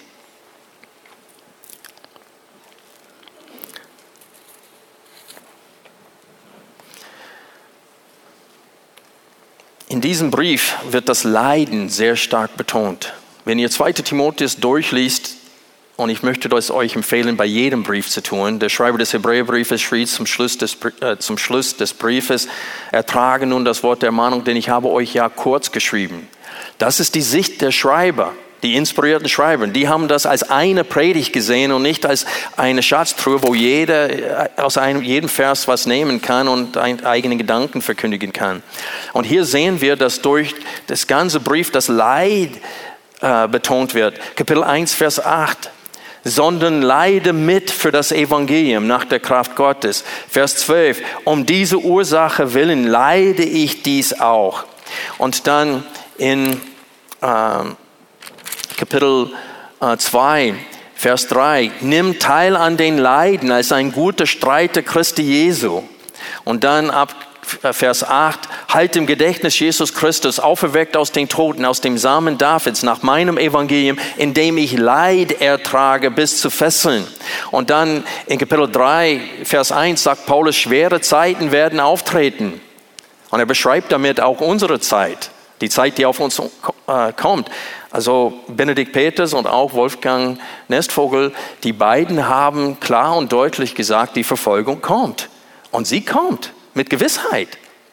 In diesem Brief wird das Leiden sehr stark betont. Wenn ihr zweiten Timotheus durchliest, und ich möchte das euch empfehlen, bei jedem Brief zu tun, der Schreiber des Hebräerbriefes schrieb zum Schluss des, äh, zum Schluss des Briefes, ertrage nun das Wort der Ermahnung, denn ich habe euch ja kurz geschrieben. Das ist die Sicht der Schreiber. Die inspirierten Schreiber, die haben das als eine Predigt gesehen und nicht als eine Schatztruhe, wo jeder aus einem, jedem Vers was nehmen kann und einen eigenen Gedanken verkündigen kann. Und hier sehen wir, dass durch das ganze Brief das Leid äh, betont wird. Kapitel eins, Vers acht. Sondern leide mit für das Evangelium nach der Kraft Gottes. Vers zwölf. Um diese Ursache willen leide ich dies auch. Und dann in ähm, Kapitel zwei, Vers drei. Nimm teil an den Leiden als ein guter Streiter Christi Jesu. Und dann ab Vers acht. halt im Gedächtnis Jesus Christus, auferweckt aus den Toten, aus dem Samen Davids, nach meinem Evangelium, in dem ich Leid ertrage bis zu Fesseln. Und dann in Kapitel drei, Vers eins sagt Paulus, schwere Zeiten werden auftreten. Und er beschreibt damit auch unsere Zeit, die Zeit, die auf uns äh, kommt. Also Benedikt Peters und auch Wolfgang Nestvogel, die beiden haben klar und deutlich gesagt, die Verfolgung kommt. Und sie kommt mit Gewissheit.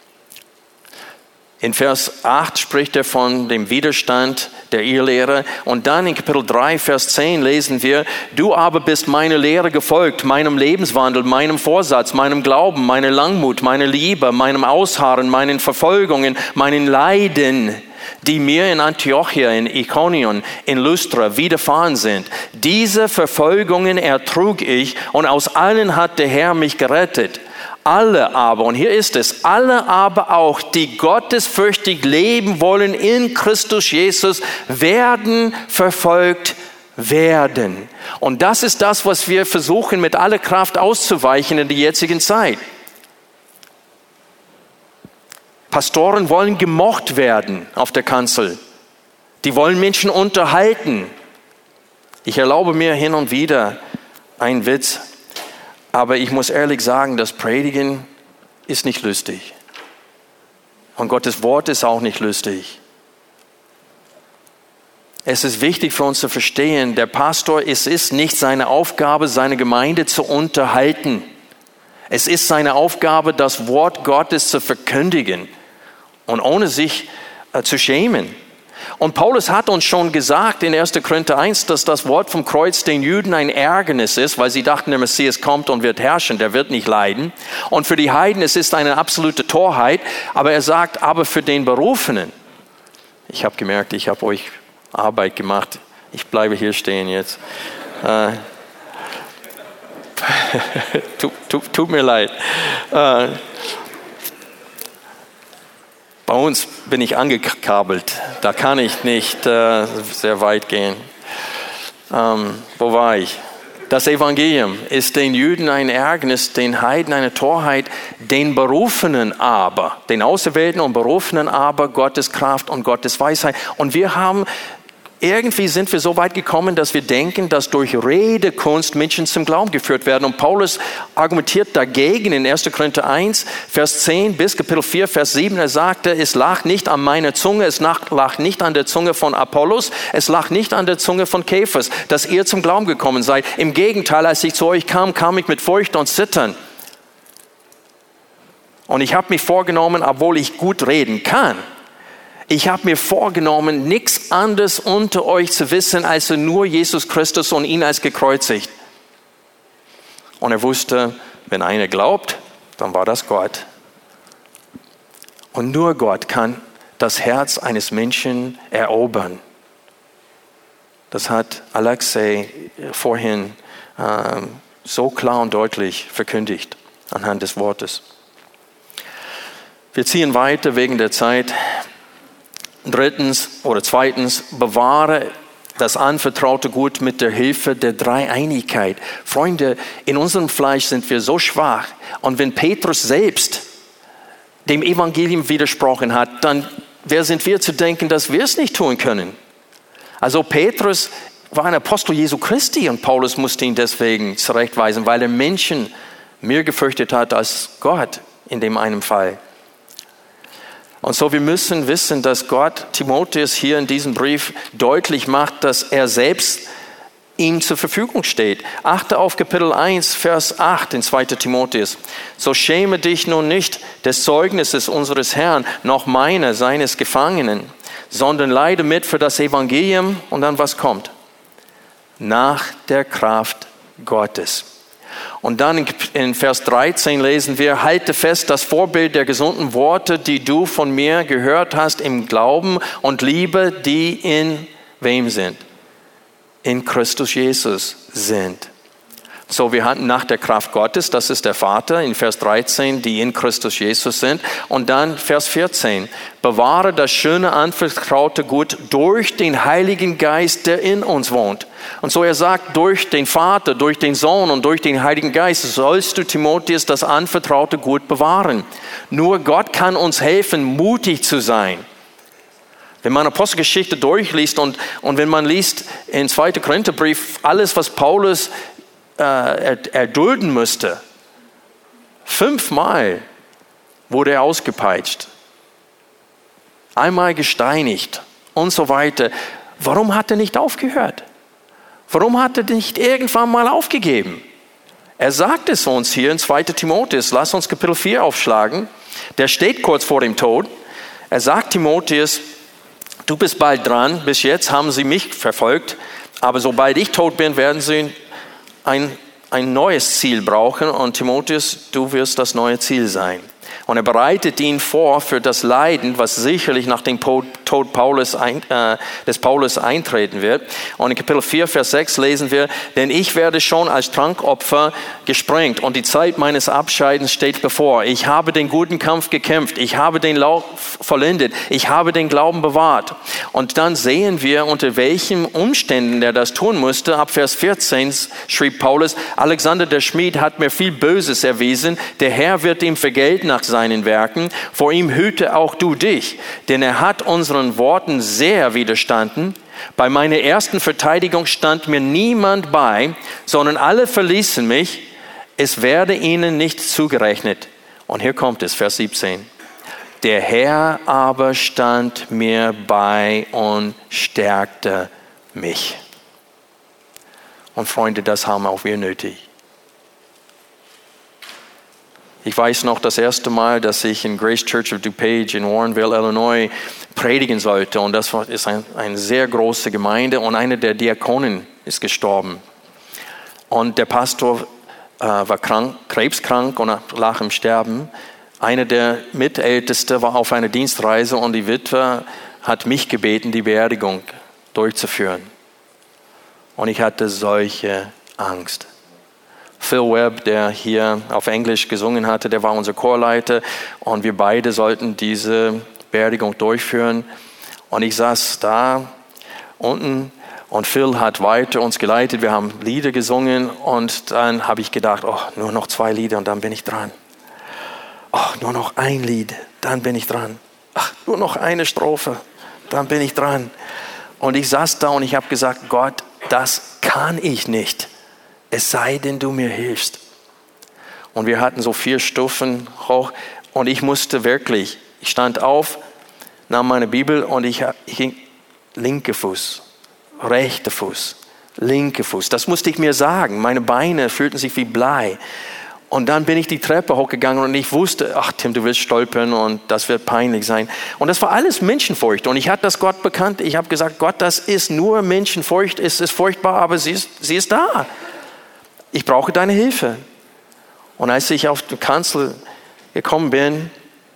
In Vers acht spricht er von dem Widerstand der Irrlehre. Und dann in Kapitel drei, Vers zehn lesen wir, du aber bist meiner Lehre gefolgt, meinem Lebenswandel, meinem Vorsatz, meinem Glauben, meiner Langmut, meiner Liebe, meinem Ausharren, meinen Verfolgungen, meinen Leiden, die mir in Antiochia, in Ikonion, in Lystra widerfahren sind. Diese Verfolgungen ertrug ich und aus allen hat der Herr mich gerettet. Alle aber, und hier ist es, alle aber auch, die gottesfürchtig leben wollen in Christus Jesus, werden verfolgt werden. Und das ist das, was wir versuchen mit aller Kraft auszuweichen in der jetzigen Zeit. Pastoren wollen gemocht werden auf der Kanzel. Die wollen Menschen unterhalten. Ich erlaube mir hin und wieder einen Witz, aber ich muss ehrlich sagen, das Predigen ist nicht lustig. Und Gottes Wort ist auch nicht lustig. Es ist wichtig für uns zu verstehen, der Pastor, es ist nicht seine Aufgabe, seine Gemeinde zu unterhalten. Es ist seine Aufgabe, das Wort Gottes zu verkündigen. Und ohne sich äh, zu schämen. Und Paulus hat uns schon gesagt in erster Korinther eins, dass das Wort vom Kreuz den Juden ein Ärgernis ist, weil sie dachten, der Messias kommt und wird herrschen, der wird nicht leiden. Und für die Heiden es ist eine absolute Torheit, aber er sagt, aber für den Berufenen. Ich habe gemerkt, ich habe euch Arbeit gemacht. Ich bleibe hier stehen jetzt. Äh, tut, tut, tut mir leid. Äh, Bei uns bin ich angekabelt, da kann ich nicht äh, sehr weit gehen. Ähm, wo war ich? Das Evangelium ist den Juden ein Ärgernis, den Heiden eine Torheit, den Berufenen aber, den Auserwählten und Berufenen aber Gottes Kraft und Gottes Weisheit. Und wir haben, irgendwie sind wir so weit gekommen, dass wir denken, dass durch Redekunst Menschen zum Glauben geführt werden. Und Paulus argumentiert dagegen in erster Korinther eins, Vers zehn bis Kapitel vier, Vers sieben. Er sagte, es lag nicht an meiner Zunge, es lag nicht an der Zunge von Apollos, es lag nicht an der Zunge von Kephas, dass ihr zum Glauben gekommen seid. Im Gegenteil, als ich zu euch kam, kam ich mit Furcht und Zittern. Und ich habe mich vorgenommen, obwohl ich gut reden kann, ich habe mir vorgenommen, nichts anderes unter euch zu wissen, als nur Jesus Christus und ihn als gekreuzigt. Und er wusste, wenn einer glaubt, dann war das Gott. Und nur Gott kann das Herz eines Menschen erobern. Das hat Alexei vorhin äh, so klar und deutlich verkündigt anhand des Wortes. Wir ziehen weiter wegen der Zeit. Drittens oder zweitens, bewahre das anvertraute Gut mit der Hilfe der Dreieinigkeit. Freunde, in unserem Fleisch sind wir so schwach. Und wenn Petrus selbst dem Evangelium widersprochen hat, dann wer sind wir zu denken, dass wir es nicht tun können? Also Petrus war ein Apostel Jesu Christi und Paulus musste ihn deswegen zurechtweisen, weil er Menschen mehr gefürchtet hat als Gott in dem einen Fall. Und so, wir müssen wissen, dass Gott Timotheus hier in diesem Brief deutlich macht, dass er selbst ihm zur Verfügung steht. Achte auf Kapitel eins, Vers acht in zweiter Timotheus. So schäme dich nun nicht des Zeugnisses unseres Herrn, noch meiner, seines Gefangenen, sondern leide mit für das Evangelium. Und dann was kommt? Nach der Kraft Gottes. Und dann in Vers dreizehn lesen wir, halte fest das Vorbild der gesunden Worte, die du von mir gehört hast im Glauben und Liebe, die in wem sind? In Christus Jesus sind. So, wir hatten nach der Kraft Gottes, das ist der Vater, in Vers dreizehn, die in Christus Jesus sind. Und dann Vers vierzehn, bewahre das schöne, anvertraute Gut durch den Heiligen Geist, der in uns wohnt. Und so er sagt, durch den Vater, durch den Sohn und durch den Heiligen Geist sollst du, Timotheus, das anvertraute Gut bewahren. Nur Gott kann uns helfen, mutig zu sein. Wenn man Apostelgeschichte durchliest und, und wenn man liest in zweiten Korintherbrief alles, was Paulus erdulden müsste. Fünfmal wurde er ausgepeitscht, einmal gesteinigt und so weiter. Warum hat er nicht aufgehört? Warum hat er nicht irgendwann mal aufgegeben? Er sagt es uns hier in zweiten Timotheus. Lass uns Kapitel vier aufschlagen. Der steht kurz vor dem Tod. Er sagt Timotheus, du bist bald dran. Bis jetzt haben sie mich verfolgt. Aber sobald ich tot bin, werden sie Ein, ein neues Ziel brauchen und Timotheus, du wirst das neue Ziel sein. Und er bereitet ihn vor für das Leiden, was sicherlich nach dem Tod Paulus ein, äh, des Paulus eintreten wird. Und in Kapitel vier, Vers sechs lesen wir, denn ich werde schon als Trankopfer gesprengt und die Zeit meines Abscheidens steht bevor. Ich habe den guten Kampf gekämpft, ich habe den Lauf vollendet, ich habe den Glauben bewahrt. Und dann sehen wir, unter welchen Umständen er das tun musste. Ab Vers vierzehn schrieb Paulus, Alexander der Schmied hat mir viel Böses erwiesen, der Herr wird ihm vergelten nach seinen Werken, vor ihm hüte auch du dich, denn er hat unseren Worten sehr widerstanden. Bei meiner ersten Verteidigung stand mir niemand bei, sondern alle verließen mich, es werde ihnen nicht zugerechnet. Und hier kommt es, Vers siebzehn. Der Herr aber stand mir bei und stärkte mich. Und Freunde, das haben auch wir nötig. Ich weiß noch das erste Mal, dass ich in Grace Church of DuPage in Warrenville, Illinois predigen sollte. Und das ist ein, eine sehr große Gemeinde und eine der Diakonen ist gestorben. Und der Pastor äh, war krank, krebskrank und lag im Sterben. Einer der Mitältesten war auf einer Dienstreise und die Witwe hat mich gebeten, die Beerdigung durchzuführen. Und ich hatte solche Angst. Phil Webb, der hier auf Englisch gesungen hatte, der war unser Chorleiter und wir beide sollten diese Beerdigung durchführen. Und ich saß da unten und Phil hat weiter uns geleitet. Wir haben Lieder gesungen und dann habe ich gedacht, oh, nur noch zwei Lieder und dann bin ich dran. Oh, nur noch ein Lied, dann bin ich dran. Ach, nur noch eine Strophe, dann bin ich dran. Und ich saß da und ich habe gesagt, Gott, das kann ich nicht. Es sei denn, du mir hilfst. Und wir hatten so vier Stufen hoch und ich musste wirklich, ich stand auf, nahm meine Bibel und ich, ich ging linke Fuß, rechter Fuß, linke Fuß. Das musste ich mir sagen. Meine Beine fühlten sich wie Blei. Und dann bin ich die Treppe hochgegangen und ich wusste, ach Tim, du wirst stolpern und das wird peinlich sein. Und das war alles Menschenfurcht. Und ich hatte das Gott bekannt. Ich habe gesagt, Gott, das ist nur Menschenfurcht. Es ist furchtbar, aber sie ist, sie ist da. Ich brauche deine Hilfe. Und als ich auf die Kanzel gekommen bin,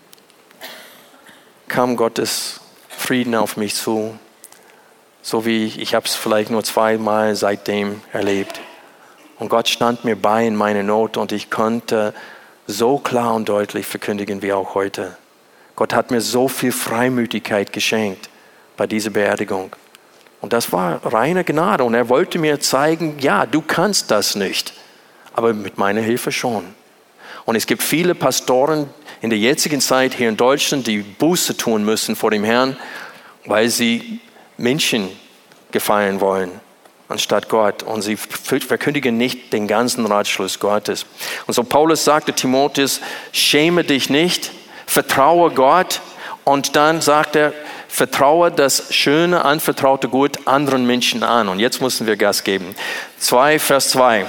kam Gottes Frieden auf mich zu. So wie ich, ich habe es vielleicht nur zweimal seitdem erlebt. Und Gott stand mir bei in meiner Not und ich konnte so klar und deutlich verkündigen wie auch heute. Gott hat mir so viel Freimütigkeit geschenkt bei dieser Beerdigung. Und das war reine Gnade. Und er wollte mir zeigen, ja, du kannst das nicht, aber mit meiner Hilfe schon. Und es gibt viele Pastoren in der jetzigen Zeit hier in Deutschland, die Buße tun müssen vor dem Herrn, weil sie Menschen gefallen wollen, anstatt Gott. Und sie verkündigen nicht den ganzen Ratschluss Gottes. Und so Paulus sagte Timotheus, schäme dich nicht, vertraue Gott. Und dann sagt er, vertraue das schöne, anvertraute Gut anderen Menschen an. Und jetzt müssen wir Gas geben. zwei, Vers zwei.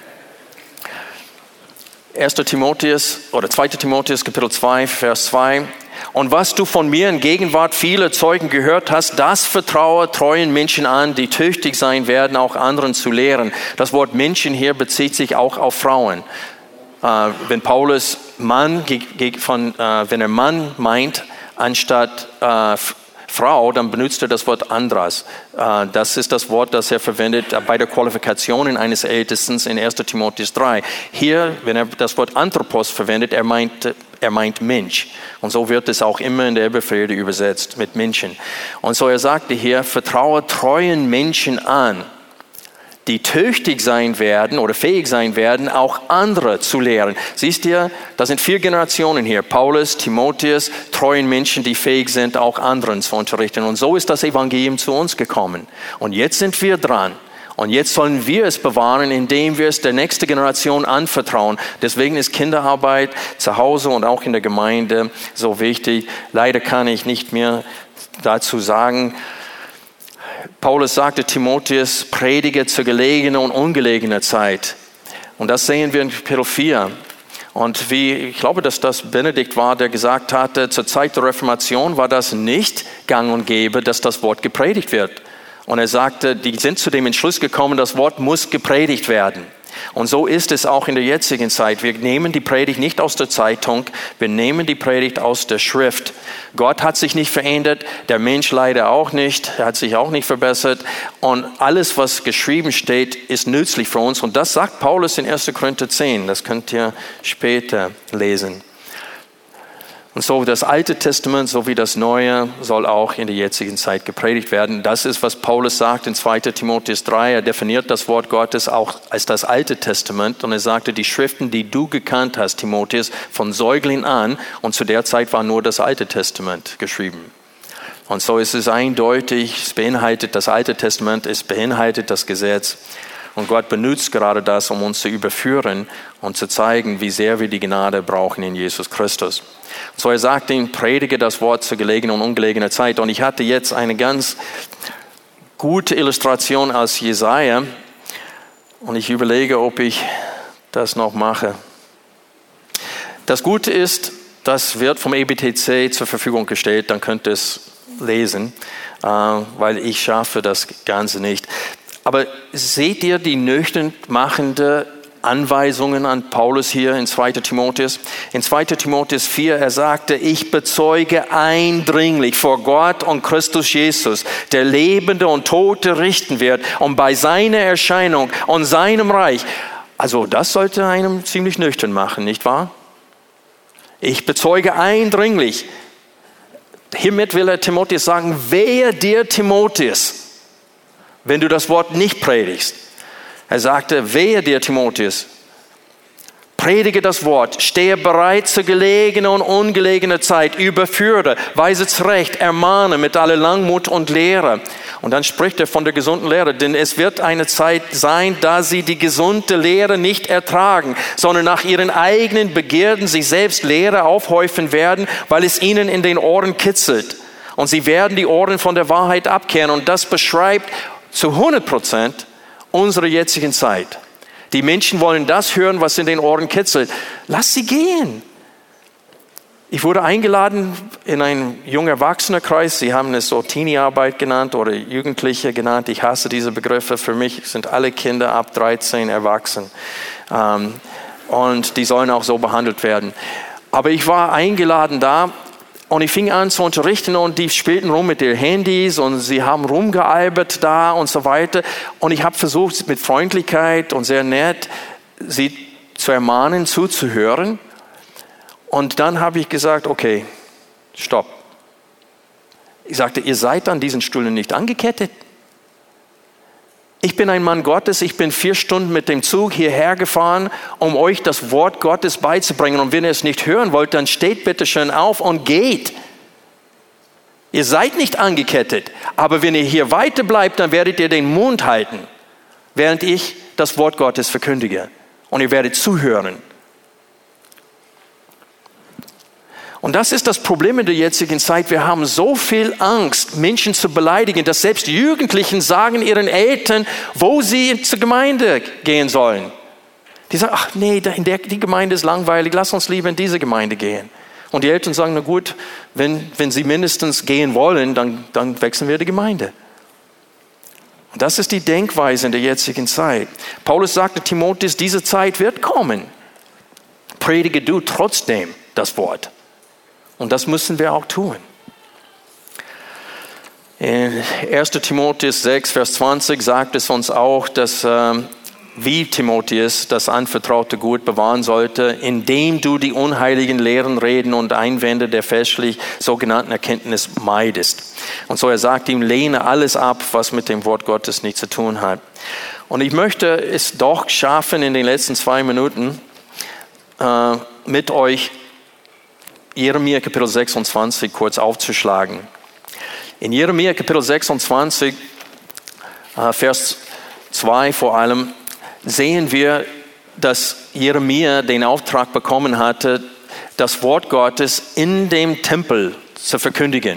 erster Timotheus oder zweiter Timotheus, Kapitel zwei, Vers zwei. Und was du von mir in Gegenwart vieler Zeugen gehört hast, das vertraue treuen Menschen an, die tüchtig sein werden, auch anderen zu lehren. Das Wort Menschen hier bezieht sich auch auf Frauen. Äh, wenn Paulus Mann, von, äh, wenn er Mann meint, anstatt äh, Frau, dann benutzt er das Wort Andras. Das ist das Wort, das er verwendet bei der Qualifikation eines Ältesten in erster Timotheus drei. Hier, wenn er das Wort Anthropos verwendet, er meint, er meint Mensch. Und so wird es auch immer in der Elberfelder übersetzt mit Menschen. Und so er sagte hier, vertraue treuen Menschen an, die tüchtig sein werden oder fähig sein werden, auch andere zu lehren. Siehst du, da sind vier Generationen hier. Paulus, Timotheus, treuen Menschen, die fähig sind, auch anderen zu unterrichten. Und so ist das Evangelium zu uns gekommen. Und jetzt sind wir dran. Und jetzt sollen wir es bewahren, indem wir es der nächsten Generation anvertrauen. Deswegen ist Kinderarbeit zu Hause und auch in der Gemeinde so wichtig. Leider kann ich nicht mehr dazu sagen. Paulus sagte Timotheus, predige zur gelegenen und ungelegener Zeit. Und das sehen wir in Kapitel vier. Und wie, ich glaube, dass das Benedikt war, der gesagt hatte, zur Zeit der Reformation war das nicht gang und gäbe, dass das Wort gepredigt wird. Und er sagte, die sind zu dem Entschluss gekommen, das Wort muss gepredigt werden. Und so ist es auch in der jetzigen Zeit. Wir nehmen die Predigt nicht aus der Zeitung, wir nehmen die Predigt aus der Schrift. Gott hat sich nicht verändert, der Mensch leider auch nicht, er hat sich auch nicht verbessert. Und alles, was geschrieben steht, ist nützlich für uns. Und das sagt Paulus in erster Korinther zehn, das könnt ihr später lesen. Und so das Alte Testament sowie das Neue soll auch in der jetzigen Zeit gepredigt werden. Das ist, was Paulus sagt in zweiter Timotheus drei. Er definiert das Wort Gottes auch als das Alte Testament. Und er sagte, die Schriften, die du gekannt hast, Timotheus, von Säugling an. Und zu der Zeit war nur das Alte Testament geschrieben. Und so ist es eindeutig, es beinhaltet das Alte Testament, es beinhaltet das Gesetz. Und Gott benutzt gerade das, um uns zu überführen und zu zeigen, wie sehr wir die Gnade brauchen in Jesus Christus. So er sagt ihm, predige das Wort zur gelegenen und ungelegener Zeit. Und ich hatte jetzt eine ganz gute Illustration aus Jesaja. Und ich überlege, ob ich das noch mache. Das Gute ist, das wird vom E B T C zur Verfügung gestellt. Dann könnt ihr es lesen, weil ich schaffe das Ganze nicht. Aber seht ihr die nüchtern machende Anweisungen an Paulus hier in zweiter Timotheus? In zweiter Timotheus vier, er sagte, ich bezeuge eindringlich vor Gott und Christus Jesus, der Lebende und Tote richten wird, und bei seiner Erscheinung und seinem Reich. Also das sollte einem ziemlich nüchtern machen, nicht wahr? Ich bezeuge eindringlich. Hiermit will er Timotheus sagen, wehe dir Timotheus, wenn du das Wort nicht predigst. Er sagte, wehe dir Timotheus, predige das Wort, stehe bereit zur gelegenen und ungelegener Zeit, überführe, weise zurecht, ermahne mit aller Langmut und Lehre. Und dann spricht er von der gesunden Lehre, denn es wird eine Zeit sein, da sie die gesunde Lehre nicht ertragen, sondern nach ihren eigenen Begierden sich selbst Lehre aufhäufen werden, weil es ihnen in den Ohren kitzelt. Und sie werden die Ohren von der Wahrheit abkehren. Und das beschreibt zu hundert Prozent unsere jetzigen Zeit. Die Menschen wollen das hören, was in den Ohren kitzelt. Lass sie gehen. Ich wurde eingeladen in einen jungen Erwachsenenkreis. Sie haben es so Teenie-Arbeit genannt oder Jugendliche genannt. Ich hasse diese Begriffe. Für mich sind alle Kinder ab dreizehn erwachsen. Und die sollen auch so behandelt werden. Aber ich war eingeladen da. Und ich fing an zu unterrichten und die spielten rum mit ihren Handys und sie haben rumgealbert da und so weiter. Und ich habe versucht, mit Freundlichkeit und sehr nett sie zu ermahnen, zuzuhören. Und dann habe ich gesagt, okay, stopp. Ich sagte, ihr seid an diesen Stühlen nicht angekettet. Ich bin ein Mann Gottes, ich bin vier Stunden mit dem Zug hierher gefahren, um euch das Wort Gottes beizubringen. Und wenn ihr es nicht hören wollt, dann steht bitte schön auf und geht. Ihr seid nicht angekettet, aber wenn ihr hier weiter bleibt, dann werdet ihr den Mund halten, während ich das Wort Gottes verkündige. Und ihr werdet zuhören. Und das ist das Problem in der jetzigen Zeit. Wir haben so viel Angst, Menschen zu beleidigen, dass selbst Jugendlichen sagen ihren Eltern, wo sie zur Gemeinde gehen sollen. Die sagen, ach nee, die Gemeinde ist langweilig, lass uns lieber in diese Gemeinde gehen. Und die Eltern sagen, na gut, wenn, wenn sie mindestens gehen wollen, dann, dann wechseln wir die Gemeinde. Und das ist die Denkweise in der jetzigen Zeit. Paulus sagte Timotheus, diese Zeit wird kommen. Predige du trotzdem das Wort. Und das müssen wir auch tun. In erster Timotheus sechs, Vers zwanzig sagt es uns auch, dass äh, wie Timotheus das anvertraute Gut bewahren sollte, indem du die unheiligen Lehren, Reden und Einwände der fälschlich sogenannten Erkenntnis meidest. Und so er sagt ihm, lehne alles ab, was mit dem Wort Gottes nichts zu tun hat. Und ich möchte es doch schaffen, in den letzten zwei Minuten äh, mit euch Jeremia Kapitel sechsundzwanzig kurz aufzuschlagen. In Jeremia Kapitel sechsundzwanzig, äh, Vers zwei vor allem, sehen wir, dass Jeremia den Auftrag bekommen hatte, das Wort Gottes in dem Tempel zu verkündigen.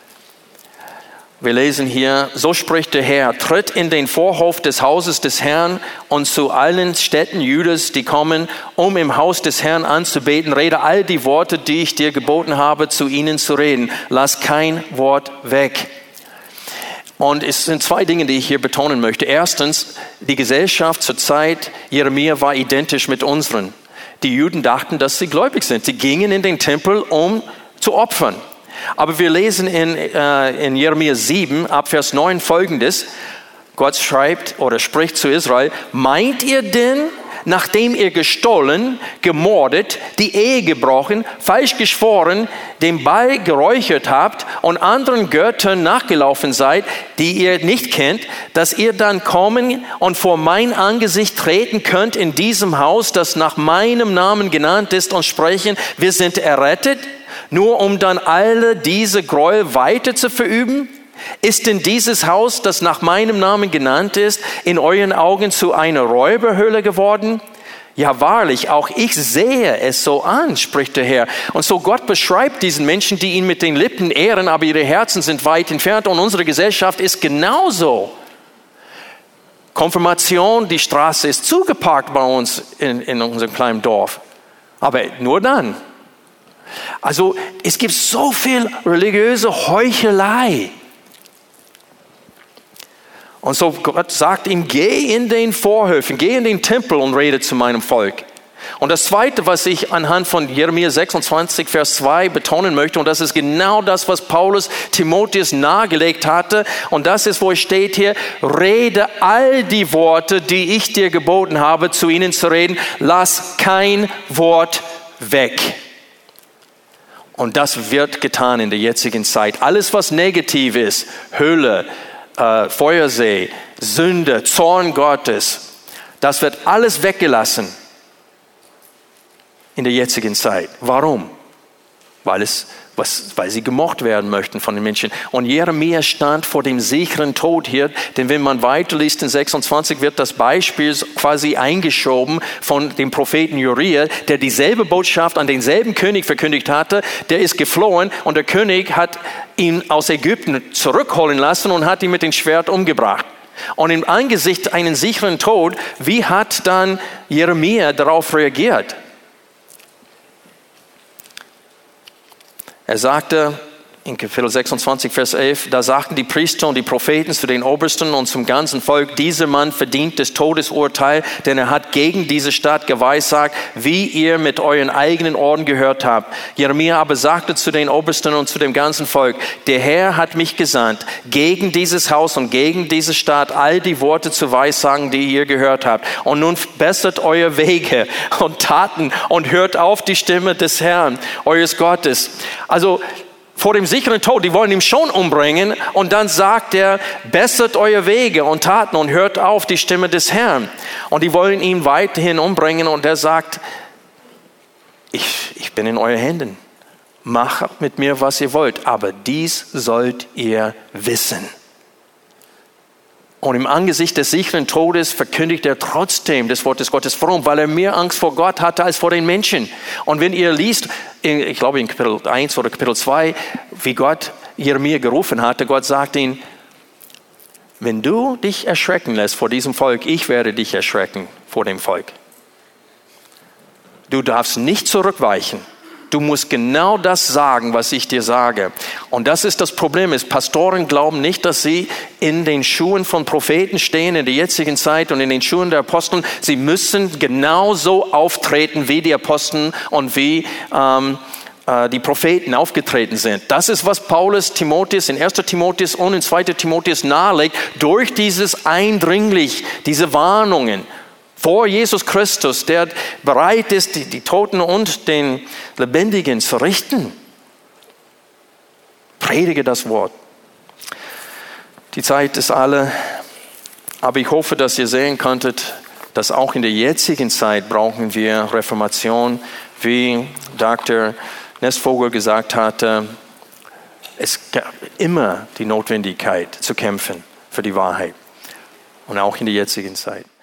Wir lesen hier, so spricht der Herr, tritt in den Vorhof des Hauses des Herrn und zu allen Städten Judas, die kommen, um im Haus des Herrn anzubeten, rede all die Worte, die ich dir geboten habe, zu ihnen zu reden. Lass kein Wort weg. Und es sind zwei Dinge, die ich hier betonen möchte. Erstens, die Gesellschaft zur Zeit Jeremia war identisch mit unseren. Die Juden dachten, dass sie gläubig sind. Sie gingen in den Tempel, um zu opfern. Aber wir lesen in, äh, in Jeremia sieben, ab Vers neun folgendes. Gott schreibt oder spricht zu Israel, meint ihr denn, nachdem ihr gestohlen, gemordet, die Ehe gebrochen, falsch geschworen, dem Baal geräuchert habt und anderen Göttern nachgelaufen seid, die ihr nicht kennt, dass ihr dann kommen und vor mein Angesicht treten könnt in diesem Haus, das nach meinem Namen genannt ist, und sprechen, wir sind errettet, nur um dann alle diese Gräuel weiter zu verüben? Ist denn dieses Haus, das nach meinem Namen genannt ist, in euren Augen zu einer Räuberhöhle geworden? Ja, wahrlich, auch ich sehe es so an, spricht der Herr. Und so Gott beschreibt diesen Menschen, die ihn mit den Lippen ehren, aber ihre Herzen sind weit entfernt. Und unsere Gesellschaft ist genauso. Konfirmation, die Straße ist zugeparkt bei uns in, in unserem kleinen Dorf. Aber nur dann. Also es gibt so viel religiöse Heuchelei. Und so Gott sagt ihm, geh in den Vorhöfen, geh in den Tempel und rede zu meinem Volk. Und das Zweite, was ich anhand von Jeremia sechsundzwanzig, Vers zwei betonen möchte, und das ist genau das, was Paulus Timotheus nahegelegt hatte, und das ist, wo es steht hier, rede all die Worte, die ich dir geboten habe, zu ihnen zu reden, lass kein Wort weg. Und das wird getan in der jetzigen Zeit. Alles, was negativ ist, Hölle, äh, Feuersee, Sünde, Zorn Gottes, das wird alles weggelassen in der jetzigen Zeit. Warum? Weil es, was, weil sie gemocht werden möchten von den Menschen. Und Jeremia stand vor dem sicheren Tod hier, denn wenn man weiterliest in sechsundzwanzig, wird das Beispiel quasi eingeschoben von dem Propheten Uriah, der dieselbe Botschaft an denselben König verkündigt hatte. Der ist geflohen und der König hat ihn aus Ägypten zurückholen lassen und hat ihn mit dem Schwert umgebracht. Und im Angesicht eines sicheren Tod, wie hat dann Jeremia darauf reagiert? Er sagte in Kapitel sechsundzwanzig, Vers elf, da sagten die Priester und die Propheten zu den Obersten und zum ganzen Volk, dieser Mann verdient das Todesurteil, denn er hat gegen diese Stadt geweissagt, wie ihr mit euren eigenen Ohren gehört habt. Jeremia aber sagte zu den Obersten und zu dem ganzen Volk, der Herr hat mich gesandt, gegen dieses Haus und gegen diese Stadt all die Worte zu weissagen, die ihr gehört habt. Und nun bessert eure Wege und Taten und hört auf die Stimme des Herrn, eures Gottes. Also, vor dem sicheren Tod, die wollen ihn schon umbringen, und dann sagt er, bessert eure Wege und Taten und hört auf die Stimme des Herrn. Und die wollen ihn weiterhin umbringen, und er sagt, ich, ich bin in euren Händen, macht mit mir, was ihr wollt, aber dies sollt ihr wissen. Und im Angesicht des sicheren Todes verkündigt er trotzdem das Wort des Gottes. Warum? Weil er mehr Angst vor Gott hatte als vor den Menschen. Und wenn ihr liest, ich glaube in Kapitel eins oder Kapitel zwei, wie Gott Jeremia gerufen hatte, Gott sagt ihm, wenn du dich erschrecken lässt vor diesem Volk, ich werde dich erschrecken vor dem Volk. Du darfst nicht zurückweichen. Du musst genau das sagen, was ich dir sage. Und das ist das Problem. Ist, Pastoren glauben nicht, dass sie in den Schuhen von Propheten stehen in der jetzigen Zeit und in den Schuhen der Apostel. Sie müssen genauso auftreten wie die Apostel und wie ähm, äh, die Propheten aufgetreten sind. Das ist, was Paulus Timotheus in erster Timotheus und in zweiter Timotheus nahelegt, durch dieses eindringlich, diese Warnungen vor Jesus Christus, der bereit ist, die, die Toten und den Lebendigen zu richten. Predige das Wort. Die Zeit ist alle, aber ich hoffe, dass ihr sehen konntet, dass auch in der jetzigen Zeit brauchen wir Reformation, wie Doktor Nesvogel gesagt hatte, es gab immer die Notwendigkeit zu kämpfen für die Wahrheit und auch in der jetzigen Zeit.